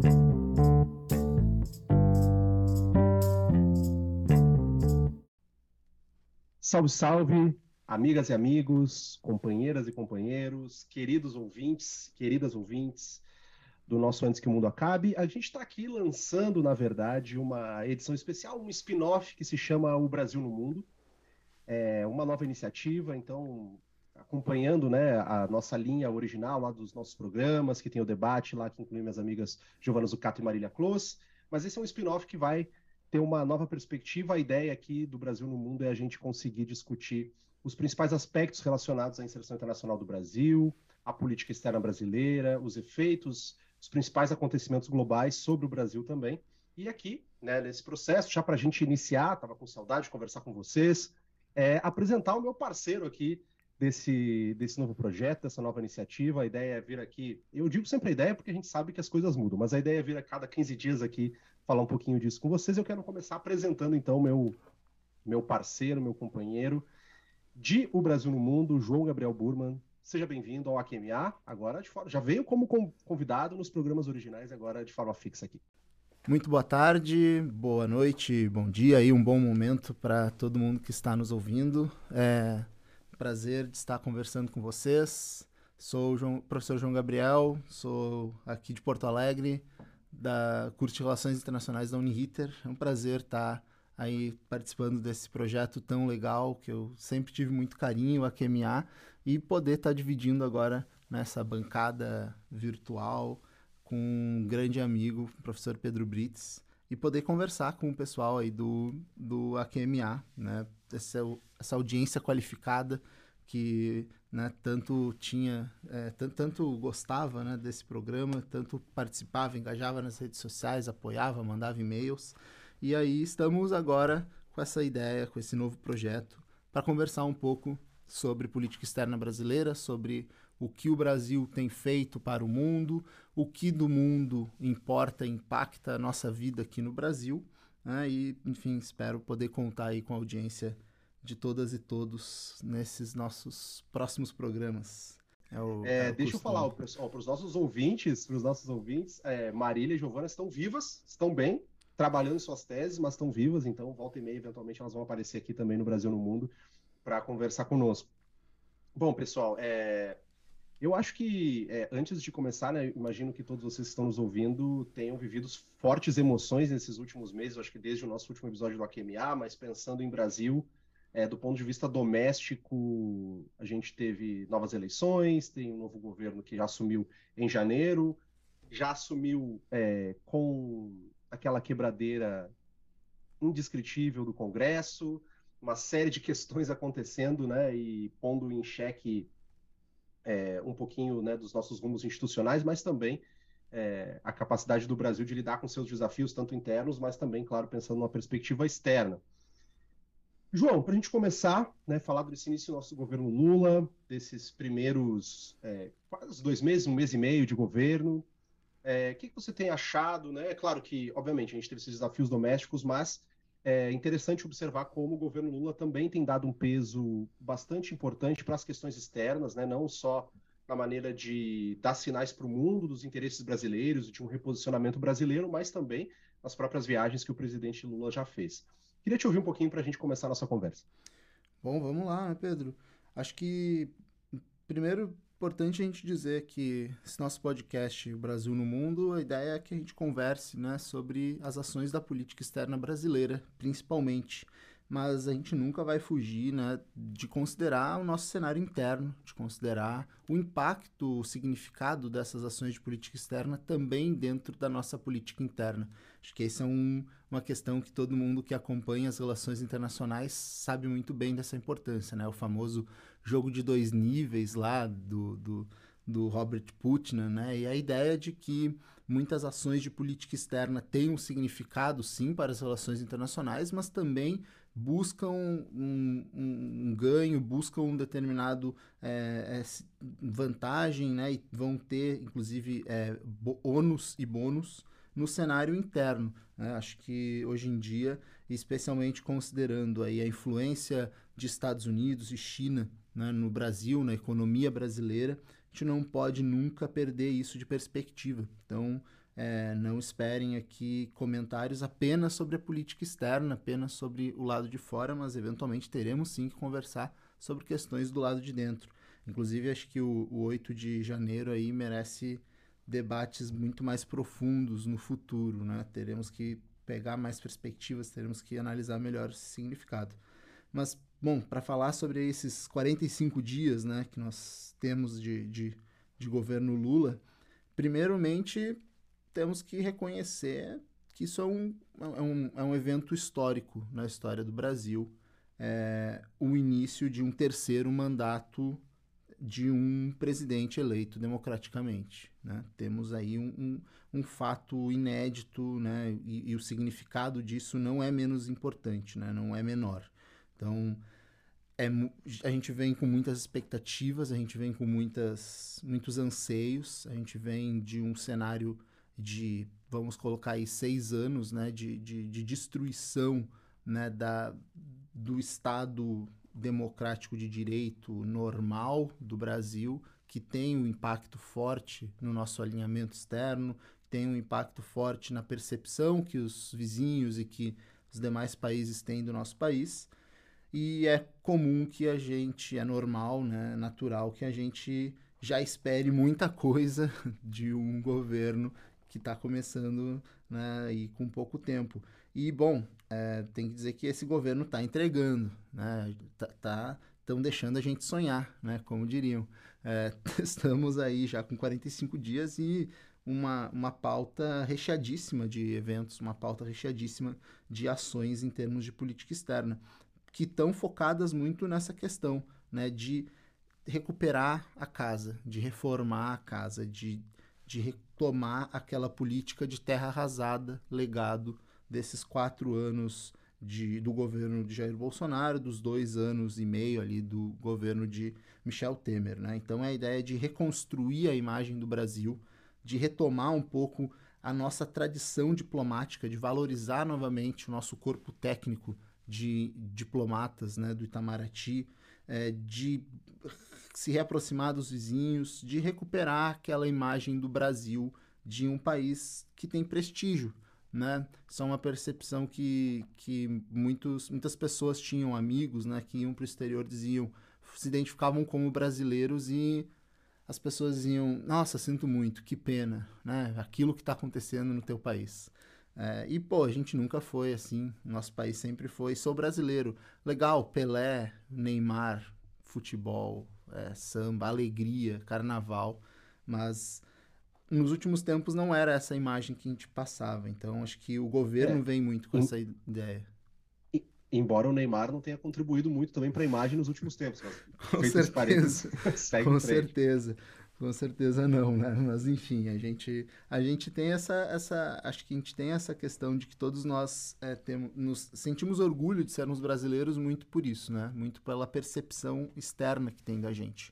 Salve, salve, amigas e amigos, companheiras e companheiros, queridas ouvintes do nosso Antes que o Mundo Acabe. A gente está aqui lançando, na verdade, uma edição especial, um spin-off que se chama O Brasil no Mundo. É uma nova iniciativa, então, acompanhando, né, a nossa linha original lá dos nossos programas, que tem o debate lá, que inclui minhas amigas Giovana Zucato e Marília Clos. Mas esse é um spin-off que vai ter uma nova perspectiva. A ideia aqui do Brasil no Mundo é a gente conseguir discutir os principais aspectos relacionados à inserção internacional do Brasil, a política externa brasileira, os efeitos, os principais acontecimentos globais sobre o Brasil também. E aqui, né, nesse processo, já para a gente iniciar, estava com saudade de conversar com vocês, apresentar o meu parceiro aqui desse novo projeto, dessa nova iniciativa. A ideia é vir aqui, eu digo sempre a ideia porque a gente sabe que as coisas mudam, mas a ideia é vir a cada 15 dias aqui falar um pouquinho disso com vocês. Eu quero começar apresentando então meu parceiro, meu companheiro de O Brasil no Mundo, João Gabriel Burman. Seja bem-vindo ao AQMA, agora de forma, já veio como convidado nos programas originais, agora de forma fixa aqui. Muito boa tarde, boa noite, bom dia e um bom momento para todo mundo que está nos ouvindo. É um prazer de estar conversando com vocês. Sou o professor João Gabriel, sou aqui de Porto Alegre, da curso de Relações Internacionais da Uniriter. É um prazer estar aí participando desse projeto tão legal que eu sempre tive muito carinho, o AQMA, e poder estar dividindo agora nessa bancada virtual com um grande amigo, o professor Pedro Brits, e poder conversar com o pessoal aí do AQMA, né? Essa audiência qualificada que, né, tanto tinha, tanto gostava, né, desse programa, tanto participava, engajava nas redes sociais, apoiava, mandava e-mails. E aí estamos agora com essa ideia, com esse novo projeto, para conversar um pouco sobre política externa brasileira, sobre o que o Brasil tem feito para o mundo, o que do mundo importa, impacta a nossa vida aqui no Brasil, né? E, enfim, espero poder contar aí com a audiência de todas e todos nesses nossos próximos programas. Deixa eu falar para os nossos ouvintes, Marília e Giovana estão vivas, estão bem, trabalhando em suas teses, mas estão vivas, então volta e meia, eventualmente, elas vão aparecer aqui também no Brasil no Mundo para conversar conosco. Bom, pessoal, eu acho que antes de começar, né, imagino que todos vocês que estão nos ouvindo tenham vivido fortes emoções nesses últimos meses, eu acho que desde o nosso último episódio do AQMA, mas pensando em Brasil, do ponto de vista doméstico, a gente teve novas eleições, tem um novo governo que já assumiu em janeiro, já assumiu com aquela quebradeira indescritível do Congresso, uma série de questões acontecendo, né, e pondo em xeque um pouquinho, né, dos nossos rumos institucionais, mas também a capacidade do Brasil de lidar com seus desafios, tanto internos, mas também, claro, pensando numa perspectiva externa. João, para a gente começar, né, falar desse início do nosso governo Lula, desses primeiros quase 2 meses, 1 mês e meio de governo, o que você tem achado, né? É claro que, obviamente, a gente teve esses desafios domésticos, mas é interessante observar como o governo Lula também tem dado um peso bastante importante para as questões externas, né? Não só na maneira de dar sinais para o mundo dos interesses brasileiros e de um reposicionamento brasileiro, mas também nas próprias viagens que o presidente Lula já fez. Queria te ouvir um pouquinho para a gente começar a nossa conversa. Bom, vamos lá, né, Pedro? Acho que, primeiro, importante a gente dizer que esse nosso podcast, O Brasil no Mundo, a ideia é que a gente converse, né, sobre as ações da política externa brasileira, principalmente. Mas a gente nunca vai fugir, né, de considerar o nosso cenário interno, de considerar o impacto, o significado dessas ações de política externa também dentro da nossa política interna. Acho que essa é uma questão que todo mundo que acompanha as relações internacionais sabe muito bem dessa importância, né? O famoso jogo de 2 níveis lá do Robert Putnam, né? E a ideia de que muitas ações de política externa têm um significado, sim, para as relações internacionais, mas também buscam um ganho, buscam um determinado vantagem, né? E vão ter, inclusive, ônus e bônus no cenário interno, né? Acho que hoje em dia, especialmente considerando aí a influência de Estados Unidos e China, né, no Brasil, na economia brasileira, a gente não pode nunca perder isso de perspectiva. Então, Não esperem aqui comentários apenas sobre a política externa, apenas sobre o lado de fora, mas eventualmente teremos sim que conversar sobre questões do lado de dentro. Inclusive, acho que o 8 de janeiro aí merece debates muito mais profundos no futuro, né? Teremos que pegar mais perspectivas, teremos que analisar melhor esse significado. Mas, bom, para falar sobre esses 45 dias, né, que nós temos de governo Lula, primeiramente temos que reconhecer que isso é um evento histórico na história do Brasil, o início de um terceiro mandato de um presidente eleito democraticamente. Né? Temos aí um fato inédito, né? E o significado disso não é menos importante, né? Não é menor. Então, a gente vem com muitas expectativas, a gente vem com muitos anseios, a gente vem de um cenário de, vamos colocar aí, 6 anos, né, de destruição, né, do Estado democrático de direito normal do Brasil, que tem um impacto forte no nosso alinhamento externo, tem um impacto forte na percepção que os vizinhos e que os demais países têm do nosso país. E é comum que é normal, né, natural, que a gente já espere muita coisa de um governo que está começando, né, e com pouco tempo. E, bom, tem que dizer que esse governo está entregando, né, estão deixando a gente sonhar, né, como diriam. Estamos aí já com 45 dias e uma pauta recheadíssima de eventos, uma pauta recheadíssima de ações em termos de política externa, que estão focadas muito nessa questão, né, de recuperar a casa, de reformar a casa, de retomar aquela política de terra arrasada, legado desses 4 anos do governo de Jair Bolsonaro, dos 2 anos e meio ali do governo de Michel Temer. Né? Então é a ideia de reconstruir a imagem do Brasil, de retomar um pouco a nossa tradição diplomática, de valorizar novamente o nosso corpo técnico de diplomatas, né, do Itamaraty, de se reaproximar dos vizinhos, de recuperar aquela imagem do Brasil de um país que tem prestígio. Né? Isso é uma percepção que muitas pessoas tinham, amigos, né, que iam para o exterior, se identificavam como brasileiros e as pessoas diziam, nossa, sinto muito, que pena, né? Aquilo que está acontecendo no teu país. E, pô, a gente nunca foi assim. Nosso país sempre foi. Sou brasileiro. Legal, Pelé, Neymar, futebol, samba, alegria, carnaval. Mas nos últimos tempos não era essa imagem que a gente passava. Então acho que o governo É, vem muito com essa ideia. embora o Neymar não tenha contribuído muito também para a imagem nos últimos tempos, mas Com feito esse certeza, parênteses, segue em com frente. certeza, com certeza não, né? Mas enfim, a gente tem acho que a gente tem essa questão de que todos nós nos sentimos orgulho de sermos brasileiros muito por isso, né? Muito pela percepção externa que tem da gente,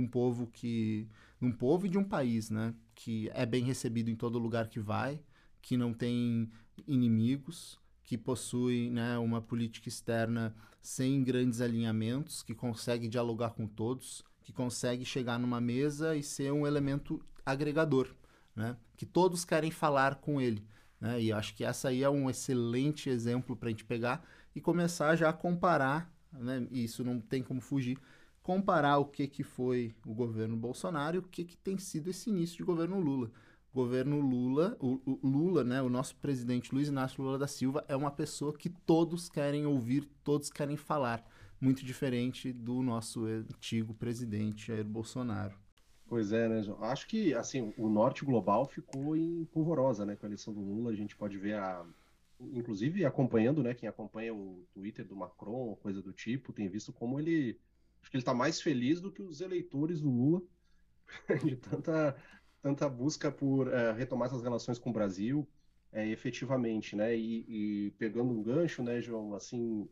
de um povo e de um país, né? Que é bem recebido em todo lugar que vai, que não tem inimigos, que possui, né, uma política externa sem grandes alinhamentos, que consegue dialogar com todos, que consegue chegar numa mesa e ser um elemento agregador, né? Que todos querem falar com ele. Né? E acho que essa aí é um excelente exemplo para a gente pegar e começar já a comparar, né? E isso não tem como fugir, comparar o que foi o governo Bolsonaro e o que tem sido esse início de governo Lula. Governo Lula, o Lula, né, o nosso presidente Luiz Inácio Lula da Silva é uma pessoa que todos querem ouvir, todos querem falar, muito diferente do nosso antigo presidente Jair Bolsonaro. Pois é, né, João? Acho que assim, o norte global ficou em polvorosa, né, com a eleição do Lula. A gente pode ver inclusive acompanhando, né, quem acompanha o Twitter do Macron, coisa do tipo, tem visto como acho que ele está mais feliz do que os eleitores do Lula de tanta busca por retomar essas relações com o Brasil, efetivamente, né? E pegando um gancho, né, João, assim,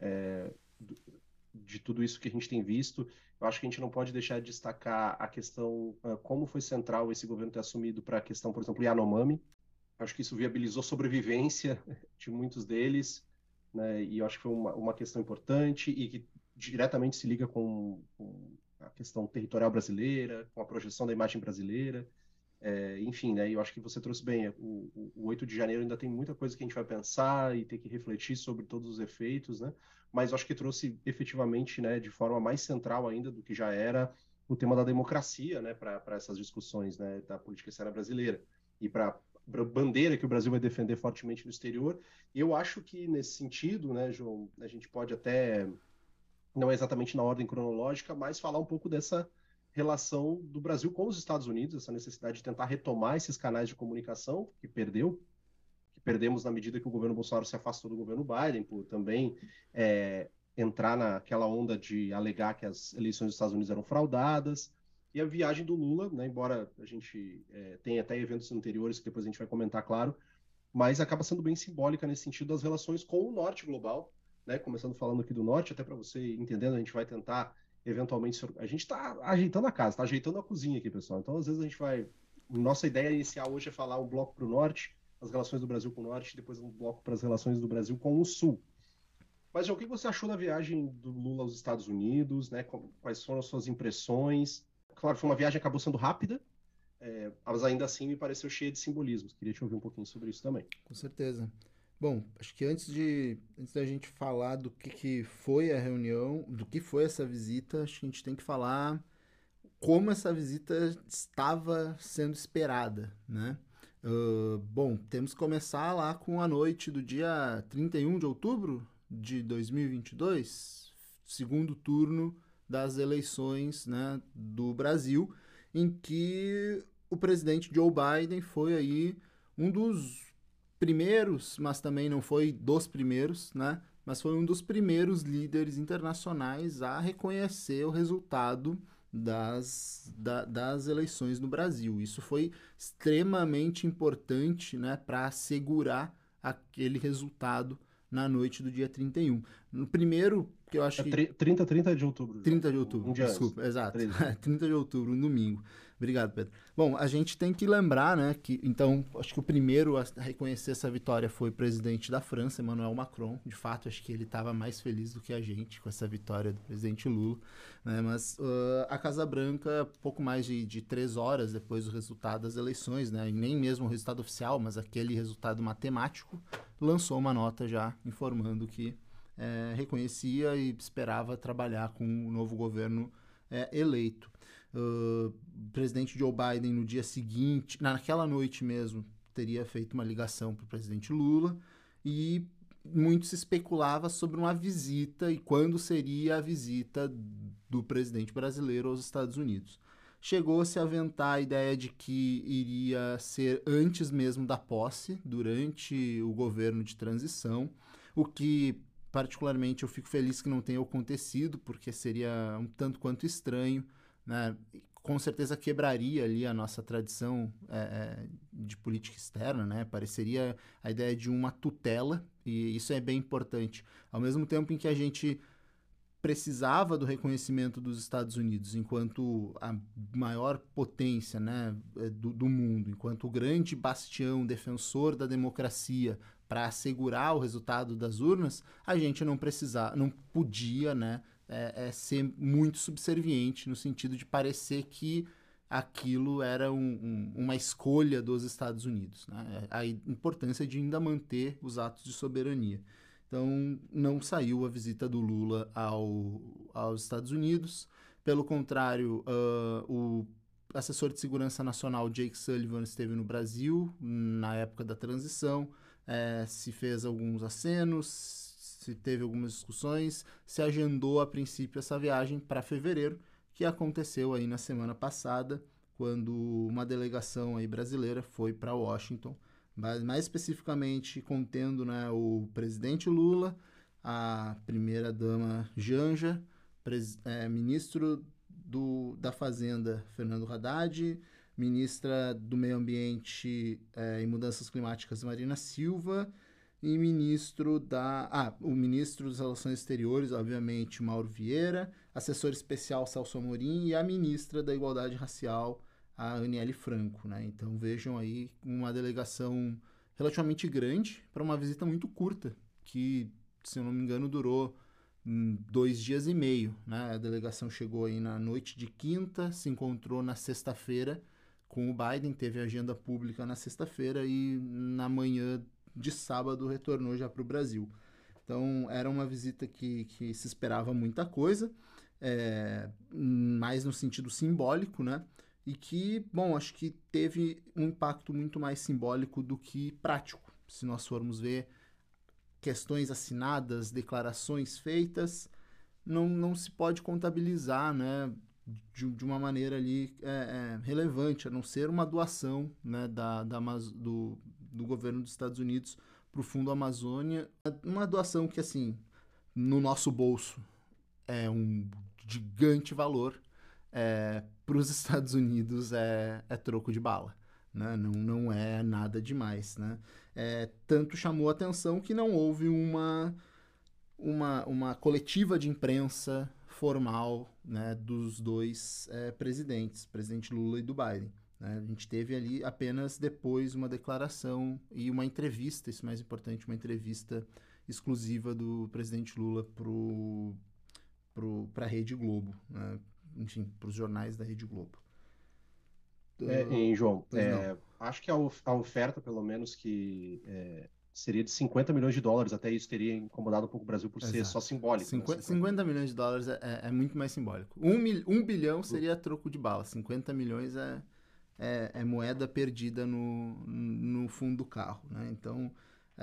de tudo isso que a gente tem visto, eu acho que a gente não pode deixar de destacar a questão, como foi central esse governo ter assumido para a questão, por exemplo, Yanomami. Acho que isso viabilizou sobrevivência de muitos deles, né? E eu acho que foi uma questão importante e que diretamente se liga com a questão territorial brasileira, com a projeção da imagem brasileira. Enfim, né, eu acho que você trouxe bem, o 8 de janeiro ainda tem muita coisa que a gente vai pensar e ter que refletir sobre todos os efeitos, né, mas eu acho que trouxe efetivamente, né, de forma mais central ainda do que já era, o tema da democracia, né, para essas discussões, né, da política externa brasileira e para a bandeira que o Brasil vai defender fortemente no exterior. E eu acho que nesse sentido, né, João, a gente pode até, não é exatamente na ordem cronológica, mas falar um pouco dessa relação do Brasil com os Estados Unidos, essa necessidade de tentar retomar esses canais de comunicação que perdemos na medida que o governo Bolsonaro se afastou do governo Biden, por também entrar naquela onda de alegar que as eleições dos Estados Unidos eram fraudadas, e a viagem do Lula, né, embora a gente tenha até eventos anteriores que depois a gente vai comentar, claro, mas acaba sendo bem simbólica nesse sentido das relações com o norte global, né? Começando falando aqui do norte, até para você entendendo, a gente vai tentar eventualmente. A gente está ajeitando a casa, está ajeitando a cozinha aqui, pessoal. Então, às vezes, a gente vai. Nossa ideia inicial hoje é falar um bloco para o norte, as relações do Brasil com o norte, e depois um bloco para as relações do Brasil com o sul. Mas, João, o que você achou da viagem do Lula aos Estados Unidos, né? Quais foram as suas impressões? Claro, foi uma viagem que acabou sendo rápida, mas ainda assim me pareceu cheia de simbolismos. Queria te ouvir um pouquinho sobre isso também. Com certeza. Bom, acho que antes da gente falar do que foi a reunião, do que foi essa visita, acho que a gente tem que falar como essa visita estava sendo esperada, né? Bom, temos que começar lá com a noite do dia 31 de outubro de 2022, segundo turno das eleições, né, do Brasil, em que o presidente Joe Biden foi aí um dos primeiros, mas também não foi dos primeiros, né? Mas foi um dos primeiros líderes internacionais a reconhecer o resultado das eleições no Brasil. Isso foi extremamente importante, né, para assegurar aquele resultado na noite do dia 31. No primeiro, que eu acho que 30 de outubro, João. 30 de outubro, Um dia antes. desculpa, exato. 13 de outubro. 30 de outubro, um domingo. Obrigado, Pedro. Bom, a gente tem que lembrar, né, que, então, acho que o primeiro a reconhecer essa vitória foi o presidente da França, Emmanuel Macron. De fato, acho que ele estava mais feliz do que a gente com essa vitória do presidente Lula, né, mas a Casa Branca, pouco mais de 3 horas depois do resultado das eleições, né, e nem mesmo o resultado oficial, mas aquele resultado matemático, lançou uma nota já informando que reconhecia e esperava trabalhar com o novo governo eleito. O presidente Joe Biden, no dia seguinte, naquela noite mesmo, teria feito uma ligação para o presidente Lula e muito se especulava sobre uma visita e quando seria a visita do presidente brasileiro aos Estados Unidos. Chegou-se a aventar a ideia de que iria ser antes mesmo da posse, durante o governo de transição, o que particularmente eu fico feliz que não tenha acontecido, porque seria um tanto quanto estranho, né? Com certeza quebraria ali a nossa tradição de política externa, né? Pareceria a ideia de uma tutela, e isso é bem importante. Ao mesmo tempo em que a gente precisava do reconhecimento dos Estados Unidos enquanto a maior potência, né, do mundo, enquanto o grande bastião defensor da democracia para assegurar o resultado das urnas, a gente não podia, né, ser muito subserviente no sentido de parecer que aquilo era uma escolha dos Estados Unidos, né? A importância de ainda manter os atos de soberania. Então, não saiu a visita do Lula aos Estados Unidos. Pelo contrário, o assessor de segurança nacional, Jake Sullivan, esteve no Brasil na época da transição, se fez alguns acenos, se teve algumas discussões, se agendou a princípio essa viagem para fevereiro, que aconteceu aí na semana passada, quando uma delegação aí brasileira foi para Washington, mas mais especificamente contendo, né, o presidente Lula, a primeira-dama Janja, ministro da Fazenda Fernando Haddad, ministra do Meio Ambiente e Mudanças Climáticas Marina Silva e o ministro das Relações Exteriores, obviamente, Mauro Vieira, assessor especial Celso Amorim e a ministra da Igualdade Racial, a Aniele Franco, né? Então vejam aí uma delegação relativamente grande para uma visita muito curta, que, se eu não me engano, durou 2 dias e meio, né? A delegação chegou aí na noite de quinta, se encontrou na sexta-feira com o Biden, teve agenda pública na sexta-feira e na manhã de sábado retornou já para o Brasil. Então, era uma visita que se esperava muita coisa, mais no sentido simbólico, né? E que, bom, acho que teve um impacto muito mais simbólico do que prático. Se nós formos ver questões assinadas, declarações feitas, não se pode contabilizar, né, de uma maneira ali relevante, a não ser uma doação, né, do governo dos Estados Unidos para o Fundo Amazônia, uma doação que, assim, no nosso bolso é um gigante valor, para os Estados Unidos é troco de bala, né? Não é nada demais, né? Tanto chamou a atenção que não houve uma coletiva de imprensa formal, né, dos dois presidentes, presidente Lula e do Biden. Né? A gente teve ali apenas depois uma declaração e uma entrevista, isso é mais importante, uma entrevista exclusiva do presidente Lula para a Rede Globo, né? Enfim, para os jornais da Rede Globo. João, Pois não. acho que a oferta, pelo menos, que seria de 50 milhões de dólares, até isso teria incomodado um pouco o Brasil por ser só Exato. simbólico, né? 50 milhões de dólares é muito mais simbólico. 1 bilhão seria troco de bala. 50 milhões é moeda perdida no fundo do carro, né? Então,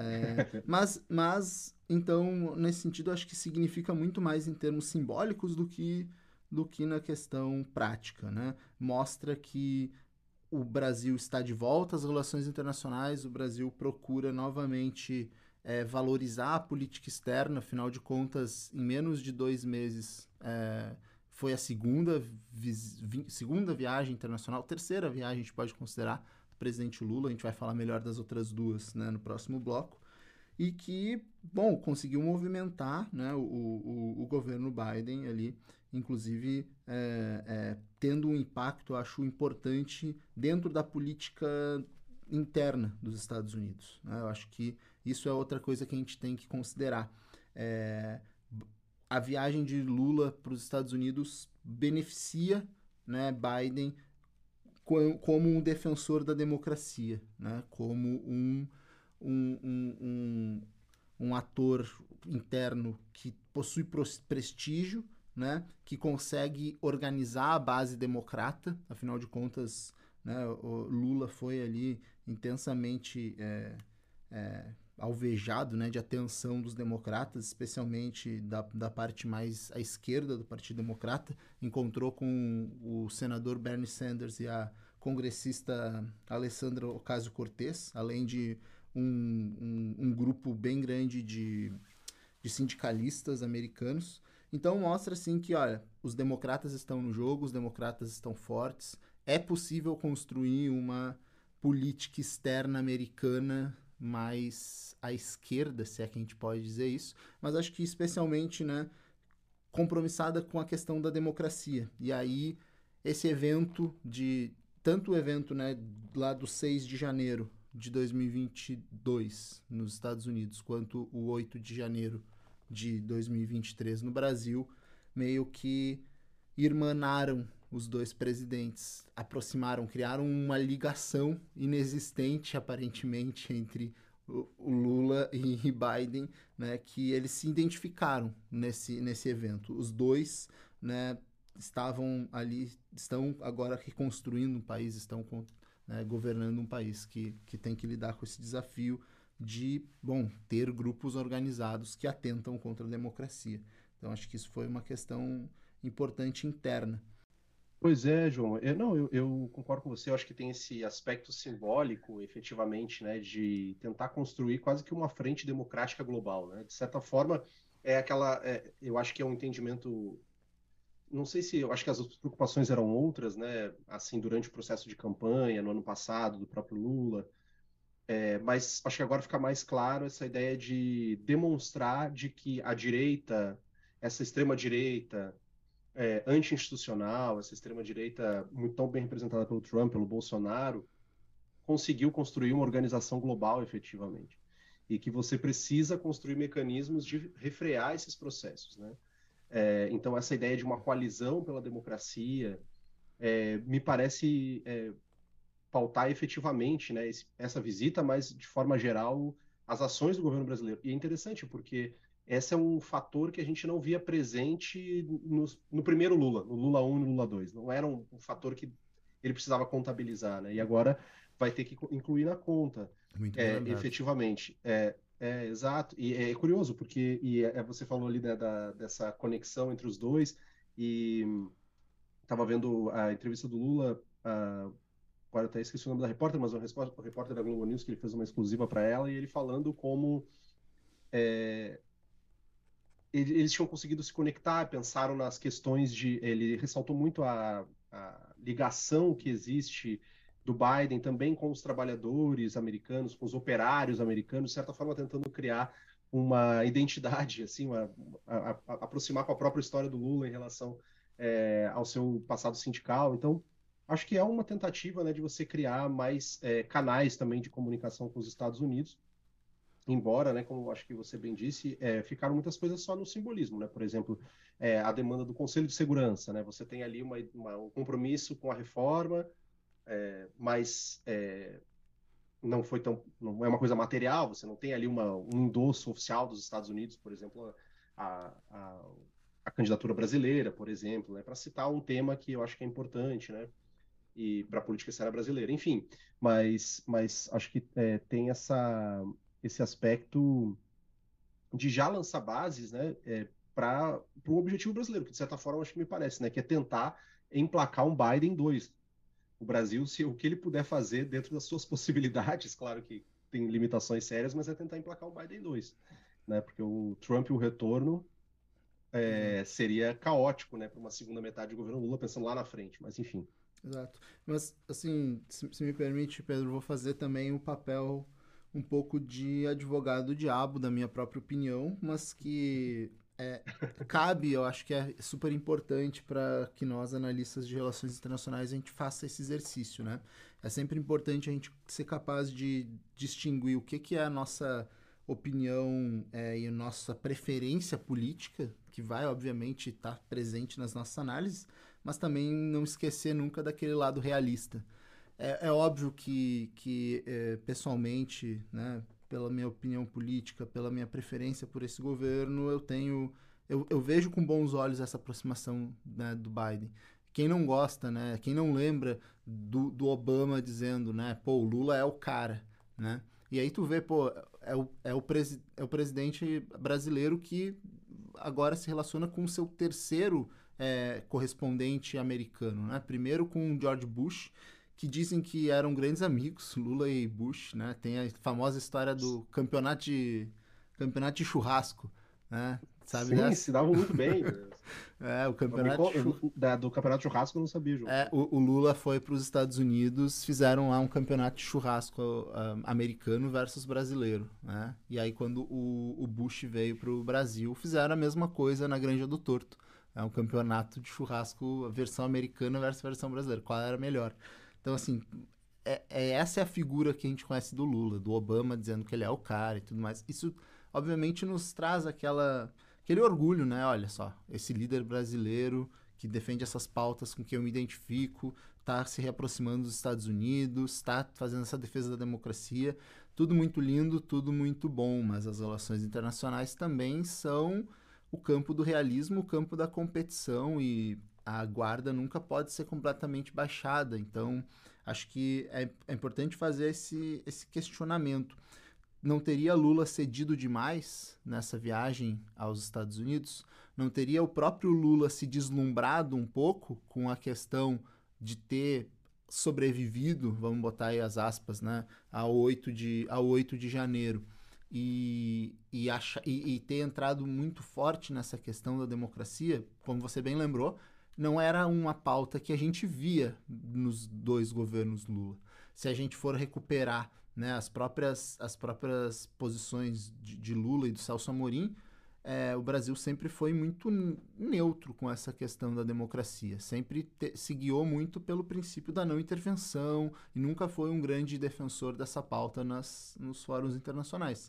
então, nesse sentido, acho que significa muito mais em termos simbólicos do que na questão prática, né? Mostra que o Brasil está de volta às relações internacionais, o Brasil procura novamente valorizar a política externa, afinal de contas, em menos de 2 meses foi a segunda viagem internacional, terceira viagem a gente pode considerar, do presidente Lula, a gente vai falar melhor das outras duas, né, no próximo bloco, e que, bom, conseguiu movimentar, né, o governo Biden ali, inclusive tendo um impacto, eu acho, importante dentro da política interna dos Estados Unidos. Né? Eu acho que isso é outra coisa que a gente tem que considerar. A viagem de Lula para os Estados Unidos beneficia, né, Biden como um defensor da democracia, né, como um ator interno que possui prestígio, né, que consegue organizar a base democrata, afinal de contas, né, o Lula foi ali intensamente alvejado, né, de atenção dos democratas, especialmente da parte mais à esquerda do Partido Democrata, encontrou com o senador Bernie Sanders e a congressista Alessandra Ocasio-Cortez, além de um grupo bem grande de sindicalistas americanos. Então mostra assim que, olha, os democratas estão no jogo, os democratas estão fortes, é possível construir uma política externa americana mais à esquerda, se é que a gente pode dizer isso, mas acho que especialmente, né, compromissada com a questão da democracia. E aí esse evento tanto o evento, né, lá do 6 de janeiro de 2022 nos Estados Unidos, quanto o 8 de janeiro de 2023 no Brasil, meio que irmanaram os dois presidentes, aproximaram, criaram uma ligação inexistente, aparentemente, entre o Lula e Biden, né, que eles se identificaram nesse evento. Os dois, né, estavam ali, estão agora reconstruindo um país, estão governando um país que tem que lidar com esse desafio de, bom, ter grupos organizados que atentam contra a democracia. Então, acho que isso foi uma questão importante interna. Pois é, João. Eu concordo com você. Eu acho que tem esse aspecto simbólico, efetivamente, né, de tentar construir quase que uma frente democrática global, né? De certa forma, eu acho que é um entendimento. Não sei se eu acho que as preocupações eram outras, né? Assim, durante o processo de campanha no ano passado do próprio Lula. Mas acho que agora fica mais claro essa ideia de demonstrar de que a direita, essa extrema-direita anti-institucional, essa extrema-direita muito tão bem representada pelo Trump, pelo Bolsonaro, conseguiu construir uma organização global efetivamente. E que você precisa construir mecanismos de refrear esses processos, né? Então, essa ideia de uma coalizão pela democracia me parece pautar efetivamente, né, essa visita, mas de forma geral as ações do governo brasileiro. E é interessante porque esse é um fator que a gente não via presente no primeiro Lula, no Lula 1 e no Lula 2. Não era um fator que ele precisava contabilizar, né? E agora vai ter que incluir na conta, Muito bem lembrado. efetivamente. Exato. E é curioso, porque você falou ali, né, dessa conexão entre os dois, e estava vendo a entrevista do Lula, agora até esqueci o nome da repórter, mas o repórter da Globo News, que ele fez uma exclusiva para ela, e ele falando como eles tinham conseguido se conectar, pensaram nas questões de. Ele ressaltou muito a ligação que existe do Biden também com os trabalhadores americanos, com os operários americanos, de certa forma tentando criar uma identidade, assim, aproximar com a própria história do Lula em relação ao seu passado sindical. Então, acho que é uma tentativa, né, de você criar mais canais também de comunicação com os Estados Unidos, embora, né, como acho que você bem disse, ficaram muitas coisas só no simbolismo, né? Por exemplo, a demanda do Conselho de Segurança, né? Você tem ali um compromisso com a reforma, mas não foi tão, não é uma coisa material. Você não tem ali um endosso oficial dos Estados Unidos, por exemplo, a, a, a candidatura brasileira, por exemplo, né? Para citar um tema que eu acho que é importante, né? E para a política externa brasileira, enfim, mas acho que tem esse aspecto de já lançar bases, né, para o objetivo brasileiro, que de certa forma acho que me parece, né, que é tentar emplacar um Biden 2. O Brasil, se o que ele puder fazer dentro das suas possibilidades, claro que tem limitações sérias, mas é tentar emplacar um Biden 2, né, porque o Trump e o retorno seria caótico, né, para uma segunda metade do governo Lula, pensando lá na frente, mas enfim. Exato. Mas, assim, se me permite, Pedro, vou fazer também o papel um pouco de advogado do diabo, da minha própria opinião, mas que cabe, eu acho que é super importante para que nós, analistas de relações internacionais, a gente faça esse exercício, né? É sempre importante a gente ser capaz de distinguir o que é a nossa opinião e a nossa preferência política, que vai, obviamente, estar presente nas nossas análises, mas também não esquecer nunca daquele lado realista. É óbvio que pessoalmente, né, pela minha opinião política, pela minha preferência por esse governo, eu vejo com bons olhos essa aproximação, né, do Biden. Quem não gosta, né, quem não lembra do Obama dizendo, né, pô, o Lula é o cara, né? E aí tu vê, pô, é o presidente brasileiro que agora se relaciona com o seu terceiro correspondente americano, né? Primeiro com George Bush, que dizem que eram grandes amigos, Lula e Bush, né? Tem a famosa história do campeonato de churrasco, né? Sabe Sim, dessa? se davam muito bem. O campeonato de churrasco. Do campeonato de churrasco eu não sabia, João. O Lula foi para os Estados Unidos, fizeram lá um campeonato de churrasco americano versus brasileiro, né? E aí quando o Bush veio para o Brasil, fizeram a mesma coisa na Granja do Torto. É um campeonato de churrasco versão americana versus versão brasileira. Qual era melhor? Então, assim, essa é a figura que a gente conhece do Lula, do Obama dizendo que ele é o cara e tudo mais. Isso, obviamente, nos traz aquele orgulho, né? Olha só, esse líder brasileiro que defende essas pautas com quem eu me identifico, está se reaproximando dos Estados Unidos, está fazendo essa defesa da democracia. Tudo muito lindo, tudo muito bom, mas as relações internacionais também são o campo do realismo, o campo da competição, e a guarda nunca pode ser completamente baixada. Então, acho que é importante fazer esse questionamento. Não teria Lula cedido demais nessa viagem aos Estados Unidos? Não teria o próprio Lula se deslumbrado um pouco com a questão de ter sobrevivido, vamos botar aí as aspas, né, ao 8 de janeiro, e ter entrado muito forte nessa questão da democracia? Como você bem lembrou, não era uma pauta que a gente via nos dois governos Lula. Se a gente for recuperar, né, as próprias posições de Lula e do Celso Amorim, o Brasil sempre foi muito neutro com essa questão da democracia. Sempre se guiou muito pelo princípio da não intervenção e nunca foi um grande defensor dessa pauta nos fóruns internacionais.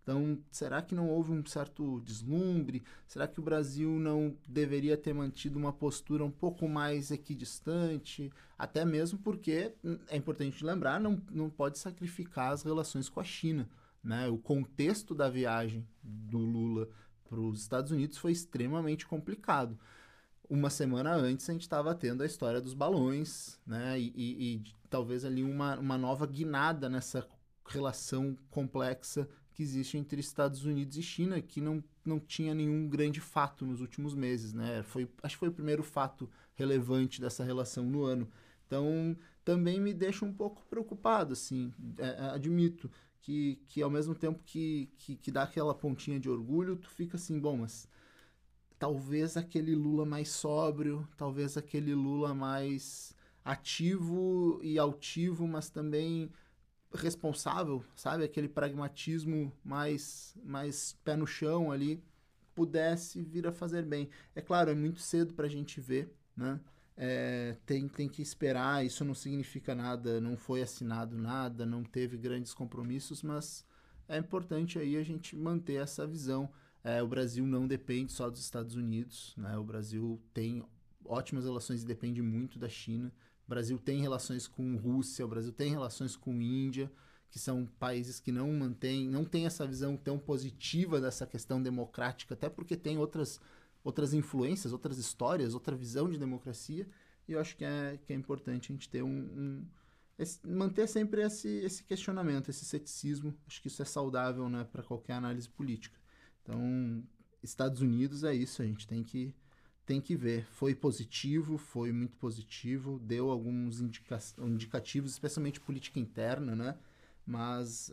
Então, será que não houve um certo deslumbre? Será que o Brasil não deveria ter mantido uma postura um pouco mais equidistante? Até mesmo porque, é importante lembrar, não pode sacrificar as relações com a China, né? O contexto da viagem do Lula para os Estados Unidos foi extremamente complicado. Uma semana antes a gente estava tendo a história dos balões, né? E talvez ali uma nova guinada nessa relação complexa que existe entre Estados Unidos e China, que não tinha nenhum grande fato nos últimos meses, né? Acho que foi o primeiro fato relevante dessa relação no ano. Então, também me deixa um pouco preocupado, assim, admito que ao mesmo tempo que dá aquela pontinha de orgulho, tu fica assim, bom, mas talvez aquele Lula mais sóbrio, talvez aquele Lula mais ativo e altivo, mas também responsável, sabe? Aquele pragmatismo mais pé no chão ali, pudesse vir a fazer bem. É claro, é muito cedo para a gente ver, né? Tem que esperar, isso não significa nada, não foi assinado nada, não teve grandes compromissos, mas é importante aí a gente manter essa visão. O Brasil não depende só dos Estados Unidos, né? O Brasil tem ótimas relações e depende muito da China. O Brasil tem relações com Rússia, o Brasil tem relações com Índia, que são países que não têm essa visão tão positiva dessa questão democrática, até porque tem outras influências, outras histórias, outra visão de democracia, e eu acho que é importante a gente ter manter sempre esse questionamento, esse ceticismo. Acho que isso é saudável, né, para qualquer análise política. Então, Estados Unidos é isso, a gente tem que ver. Foi positivo, foi muito positivo, deu alguns indicativos, especialmente política interna, né? Mas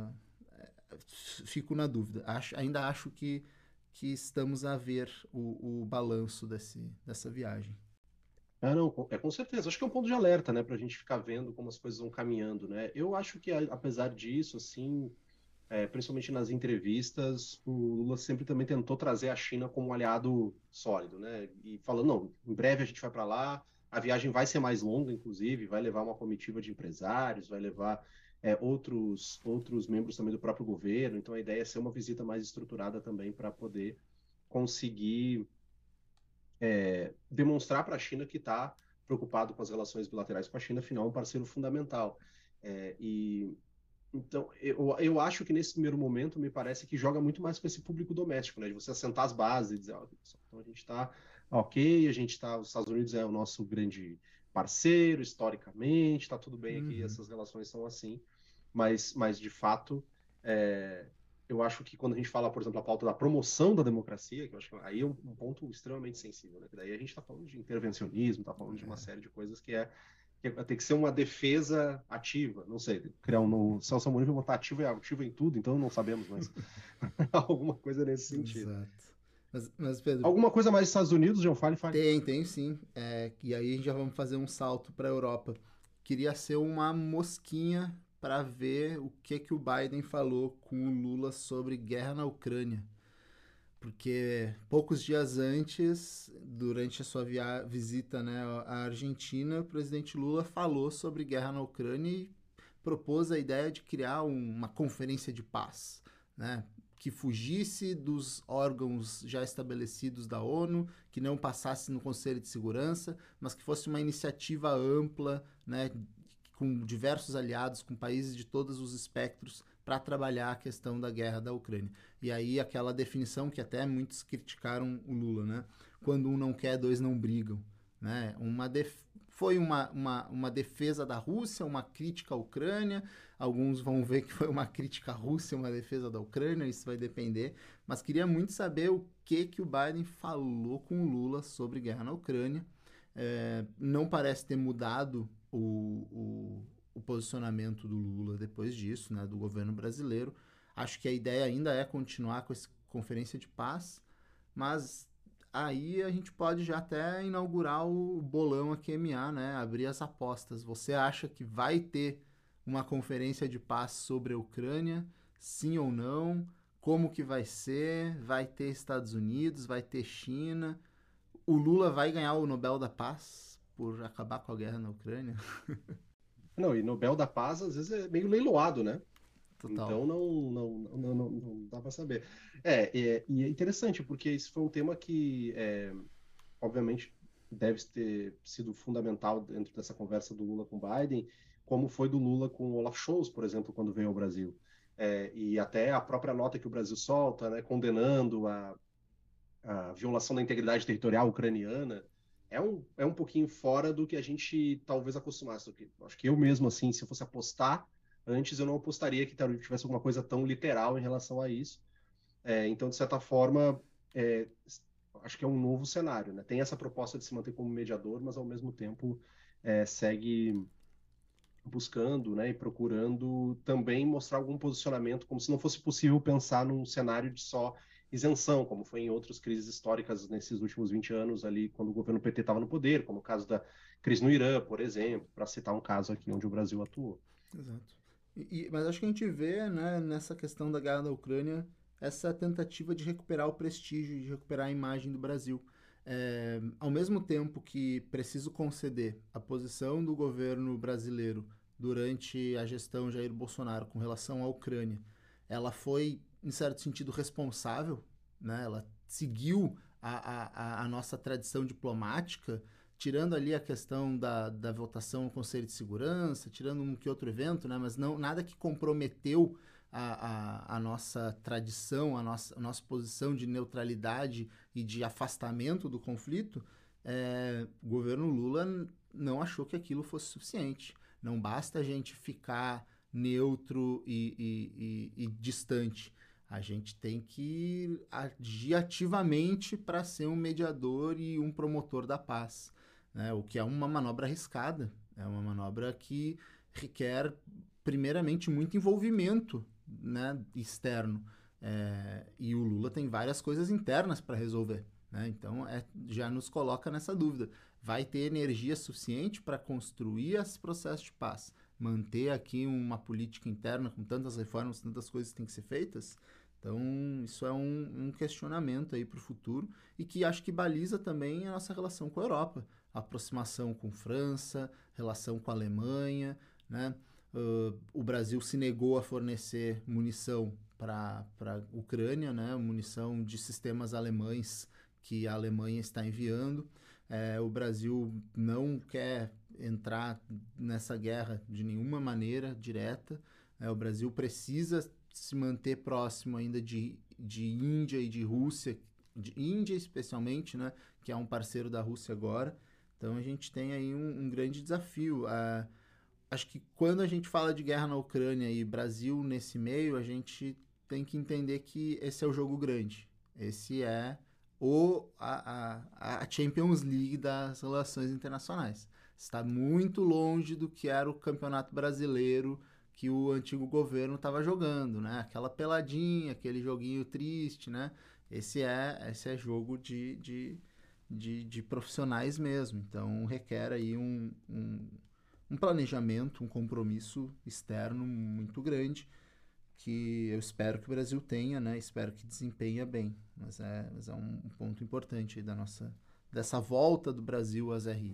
fico na dúvida. Ainda acho que estamos a ver o balanço dessa viagem. Ah, não, com certeza. Acho que é um ponto de alerta, né, para a gente ficar vendo como as coisas vão caminhando, né? Eu acho que, apesar disso, assim, principalmente nas entrevistas, o Lula sempre também tentou trazer a China como um aliado sólido, né? E falando, não, em breve a gente vai para lá, a viagem vai ser mais longa, inclusive, vai levar uma comitiva de empresários, vai levar outros membros também do próprio governo. Então a ideia é ser uma visita mais estruturada também para poder conseguir demonstrar para a China que está preocupado com as relações bilaterais com a China, afinal, é um parceiro fundamental. E então, eu acho que nesse primeiro momento, me parece que joga muito mais com esse público doméstico, né? De você assentar as bases e dizer, ó, então a gente está ok, os Estados Unidos é o nosso grande parceiro, historicamente, está tudo bem aqui, Uhum. essas relações são assim, mas de fato, é, eu acho que quando a gente fala, por exemplo, a pauta da promoção da democracia, que eu acho que aí é um ponto extremamente sensível, né? Que daí a gente está falando de intervencionismo, está falando de uma série de coisas que tem que ser uma defesa ativa, não sei, criar um novo. Celso Amorim vai botar ativo e ativo em tudo, então não sabemos, mas alguma coisa nesse sentido. Exato. Mas, Pedro, Alguma coisa mais dos Estados Unidos, João? Fale. tem sim. E aí já vamos fazer um salto para a Europa. Queria ser uma mosquinha para ver o que o Biden falou com o Lula sobre guerra na Ucrânia. Porque poucos dias antes, durante a sua visita, né, à Argentina, o presidente Lula falou sobre guerra na Ucrânia e propôs a ideia de criar uma conferência de paz, né, que fugisse dos órgãos já estabelecidos da ONU, que não passasse no Conselho de Segurança, mas que fosse uma iniciativa ampla, né, com diversos aliados, com países de todos os espectros, para trabalhar a questão da guerra da Ucrânia. E aí aquela definição que até muitos criticaram o Lula, né? Quando um não quer, dois não brigam. Né? Foi uma defesa da Rússia, uma crítica à Ucrânia. Alguns vão ver que foi uma crítica à Rússia, uma defesa da Ucrânia, isso vai depender. Mas queria muito saber o que o Biden falou com o Lula sobre guerra na Ucrânia. Não parece ter mudado o posicionamento do Lula depois disso, né, do governo brasileiro. Acho que a ideia ainda é continuar com essa conferência de paz, mas aí a gente pode já até inaugurar o bolão AQMA, né, abrir as apostas. Você acha que vai ter uma conferência de paz sobre a Ucrânia? Sim ou não? Como que vai ser? Vai ter Estados Unidos? Vai ter China? O Lula vai ganhar o Nobel da Paz por acabar com a guerra na Ucrânia? Não, e Nobel da Paz às vezes é meio leiloado, né? Total. Então não para saber. E é interessante, porque isso foi um tema que, obviamente, deve ter sido fundamental dentro dessa conversa do Lula com Biden, como foi do Lula com o Olaf Scholz, por exemplo, quando veio ao Brasil. E até a própria nota que o Brasil solta, né, condenando a violação da integridade territorial ucraniana, é um pouquinho fora do que a gente talvez acostumasse. Acho que eu mesmo, assim, se eu fosse apostar, antes eu não apostaria que tivesse alguma coisa tão literal em relação a isso. Então, de certa forma, acho que é um novo cenário, né? Tem essa proposta de se manter como mediador, mas ao mesmo tempo segue buscando, né, e procurando também mostrar algum posicionamento, como se não fosse possível pensar num cenário de só isenção, como foi em outras crises históricas nesses últimos 20 anos ali, quando o governo PT estava no poder, como o caso da crise no Irã, por exemplo, para citar um caso aqui onde o Brasil atuou. Exato. Mas acho que a gente vê, né, nessa questão da guerra da Ucrânia, essa tentativa de recuperar o prestígio, de recuperar a imagem do Brasil. Ao mesmo tempo que preciso conceder a posição do governo brasileiro durante a gestão Jair Bolsonaro com relação à Ucrânia, ela foi, em certo sentido, responsável, né? Ela seguiu a nossa tradição diplomática, tirando ali a questão da votação no Conselho de Segurança, tirando um que outro evento, né? Mas não, nada que comprometeu a nossa tradição, a nossa posição de neutralidade e de afastamento do conflito. O governo Lula não achou que aquilo fosse suficiente. Não basta a gente ficar neutro e distante. A gente tem que agir ativamente para ser um mediador e um promotor da paz, né? O que é uma manobra arriscada, é uma manobra que requer, primeiramente, muito envolvimento, né, externo. E o Lula tem várias coisas internas para resolver, né? Então, já nos coloca nessa dúvida. Vai ter energia suficiente para construir esse processo de paz? Manter aqui uma política interna com tantas reformas, tantas coisas que têm que ser feitas? Então, isso é um questionamento aí para o futuro e que acho que baliza também a nossa relação com a Europa. A aproximação com França, relação com a Alemanha, né? O Brasil se negou a fornecer munição para a Ucrânia, né? Munição de sistemas alemães que a Alemanha está enviando. O Brasil não quer entrar nessa guerra de nenhuma maneira direta. O Brasil precisa se manter próximo ainda de Índia e de Rússia, de Índia especialmente, né? Que é um parceiro da Rússia agora. Então a gente tem aí um grande desafio. Acho que quando a gente fala de guerra na Ucrânia e Brasil nesse meio, a gente tem que entender que esse é o jogo grande. Esse é a Champions League das relações internacionais. Está muito longe do que era o Campeonato Brasileiro que o antigo governo estava jogando, né? Aquela peladinha, aquele joguinho triste, né? Esse é jogo de profissionais mesmo. Então requer aí um planejamento, um compromisso externo muito grande, que eu espero que o Brasil tenha, né? Espero que desempenhe bem. Mas é um ponto importante aí dessa volta do Brasil às RI.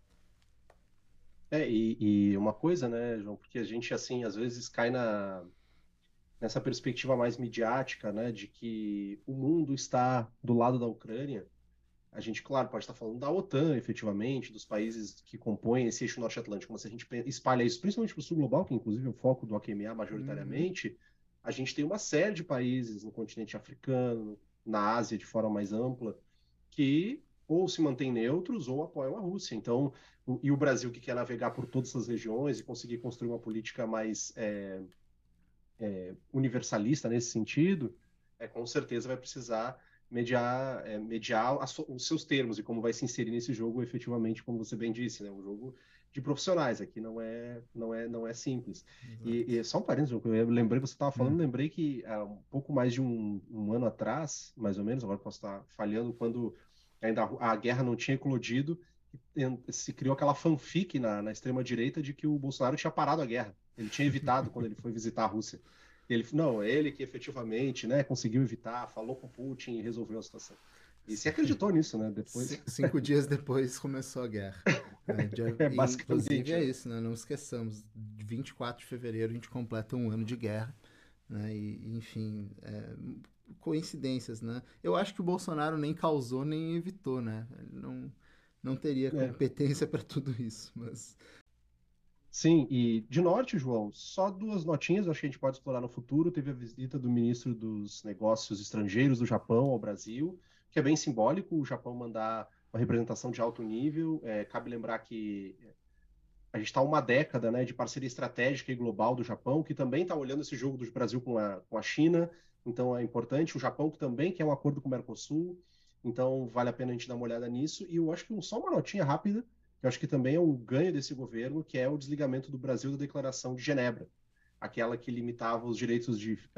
E uma coisa, né, João, porque a gente, assim, às vezes cai nessa perspectiva mais midiática, né, de que o mundo está do lado da Ucrânia. A gente, claro, pode estar falando da OTAN, efetivamente, dos países que compõem esse eixo norte-atlântico, mas se a gente espalha isso, principalmente para o sul global, que inclusive é o foco do AQMA majoritariamente, a gente tem uma série de países no continente africano, na Ásia de forma mais ampla, que ou se mantêm neutros ou apoiam a Rússia. Então, e o Brasil que quer navegar por todas essas regiões e conseguir construir uma política mais universalista nesse sentido, com certeza vai precisar mediar os seus termos e como vai se inserir nesse jogo efetivamente, como você bem disse, né? Um jogo de profissionais, aqui não é simples. E só um parênteses, eu lembrei, você estava falando, lembrei que há um pouco mais de um ano atrás, mais ou menos, agora posso estar falhando, quando ainda a guerra não tinha eclodido, se criou aquela fanfic na extrema-direita de que o Bolsonaro tinha parado a guerra. Ele tinha evitado quando ele foi visitar a Rússia. Não, é ele que efetivamente, né, conseguiu evitar, falou com Putin e resolveu a situação. E se acreditou nisso, né? Depois... 5 dias depois começou a guerra. Basicamente. Inclusive é isso, né? Não esqueçamos, 24 de fevereiro a gente completa um ano de guerra. né? E, enfim, coincidências, né? Eu acho que o Bolsonaro nem causou nem evitou, né? Ele não teria É. competência para tudo isso, mas... Sim, e de norte, João, só duas notinhas, acho que a gente pode explorar no futuro. Teve a visita do ministro dos Negócios Estrangeiros do Japão ao Brasil, que é bem simbólico, o Japão mandar uma representação de alto nível. Cabe lembrar que a gente está uma década, né, de parceria estratégica e global do Japão, que também está olhando esse jogo do Brasil com a China, então é importante. O Japão que também quer um acordo com o Mercosul, então vale a pena a gente dar uma olhada nisso. E eu acho que só uma notinha rápida, que eu acho que também é um ganho desse governo, que é o desligamento do Brasil da Declaração de Genebra, aquela que limitava os direitos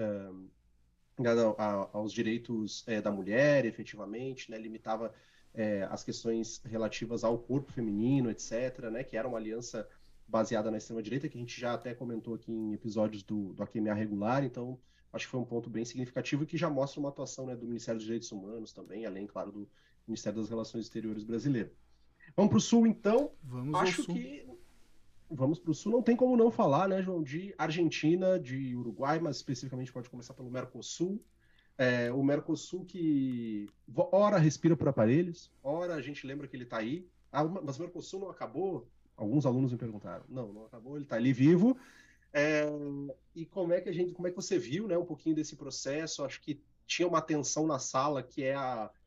aos direitos da mulher, efetivamente, né, limitava as questões relativas ao corpo feminino, etc., né, que era uma aliança baseada na extrema-direita, que a gente já até comentou aqui em episódios do AQMA regular, então acho que foi um ponto bem significativo e que já mostra uma atuação, né, do Ministério dos Direitos Humanos também, além, claro, do Ministério das Relações Exteriores brasileiro. Vamos para o Sul, então. Vamos ao Acho Sul. que vamos para o Sul. Não tem como não falar, né, João, de Argentina, de Uruguai, mas especificamente pode começar pelo Mercosul. O Mercosul que ora respira por aparelhos, ora a gente lembra que ele está aí. Ah, mas o Mercosul não acabou? Alguns alunos me perguntaram. Não, não acabou, ele está ali vivo. É, e como é que você viu, né, um pouquinho desse processo? Acho que tinha uma tensão na sala que é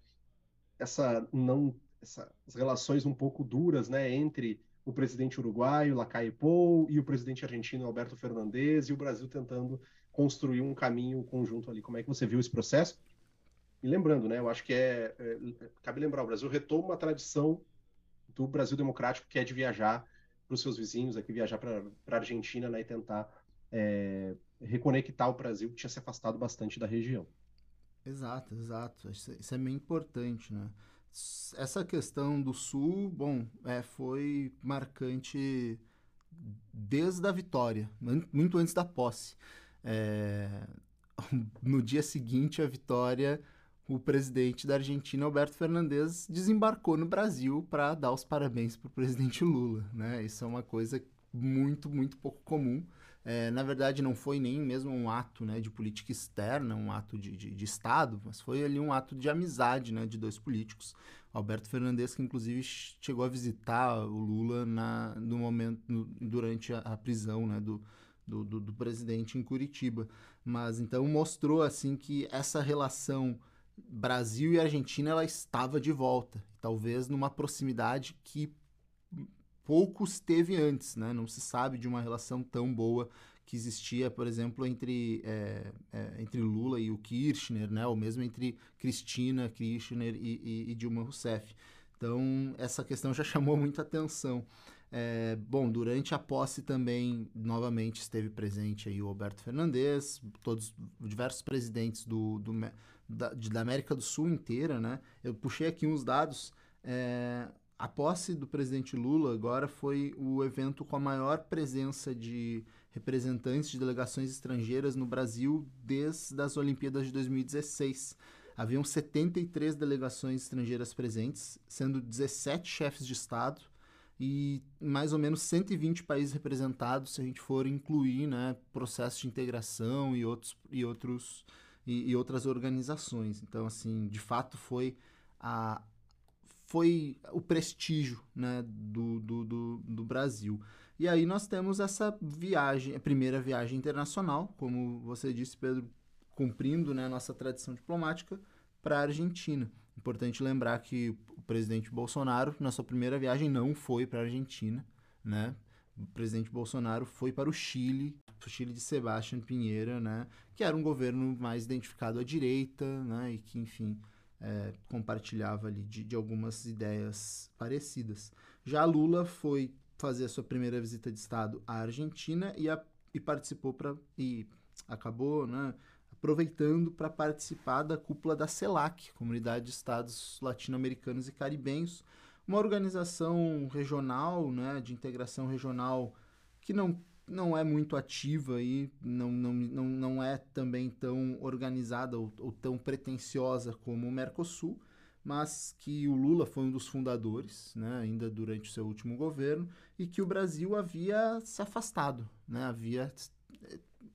essa não essas relações um pouco duras, né, entre o presidente uruguaio, Lacalle Pou, e o presidente argentino, Alberto Fernandes, e o Brasil tentando construir um caminho conjunto ali. Como é que você viu esse processo? E lembrando, né, eu acho que cabe lembrar, o Brasil retoma uma tradição do Brasil democrático, que é de viajar para os seus vizinhos, aqui viajar para a Argentina, né, e tentar reconectar o Brasil, que tinha se afastado bastante da região. Exato, exato. Isso é meio importante, né? Essa questão do Sul, bom, foi marcante desde a vitória, muito antes da posse. É, no dia seguinte à vitória, o presidente da Argentina, Alberto Fernandes, desembarcou no Brasil para dar os parabéns para o presidente Lula, né? Isso é uma coisa muito, muito pouco comum. Na verdade, não foi nem mesmo um ato, né, de política externa, um ato de Estado, mas foi ali um ato de amizade, né, de dois políticos. Alberto Fernandes, que inclusive chegou a visitar o Lula no momento, durante a prisão, né, do presidente em Curitiba. Mas então mostrou assim que essa relação Brasil e Argentina ela estava de volta, talvez numa proximidade que poucos teve antes, né? Não se sabe de uma relação tão boa que existia, por exemplo, entre Lula e o Kirchner, né? Ou mesmo entre Cristina Kirchner e Dilma Rousseff. Então, essa questão já chamou muita atenção. Bom, durante a posse também, novamente, esteve presente aí o Alberto Fernandes, diversos presidentes da América do Sul inteira, né? Eu puxei aqui uns dados. A posse do presidente Lula agora foi o evento com a maior presença de representantes de delegações estrangeiras no Brasil desde as Olimpíadas de 2016. Haviam 73 delegações estrangeiras presentes, sendo 17 chefes de Estado e mais ou menos 120 países representados, se a gente for incluir, né, processos de integração e outras organizações. Então, assim, de fato foi o prestígio, né, do Brasil. E aí nós temos essa viagem, a primeira viagem internacional, como você disse, Pedro, cumprindo, né, a nossa tradição diplomática, para a Argentina. Importante lembrar que o presidente Bolsonaro, na sua primeira viagem, não foi para a Argentina, né? O presidente Bolsonaro foi para o Chile de Sebastián Piñera, né, que era um governo mais identificado à direita, né, e que, enfim, compartilhava ali de algumas ideias parecidas. Já Lula foi fazer a sua primeira visita de Estado à Argentina e participou e acabou, né, aproveitando para participar da cúpula da CELAC, Comunidade de Estados Latino-Americanos e Caribenhos, uma organização regional, né, de integração regional que não é muito ativa e não é também tão organizada ou tão pretensiosa como o Mercosul, mas que o Lula foi um dos fundadores, né, ainda durante o seu último governo, e que o Brasil havia se afastado, né, havia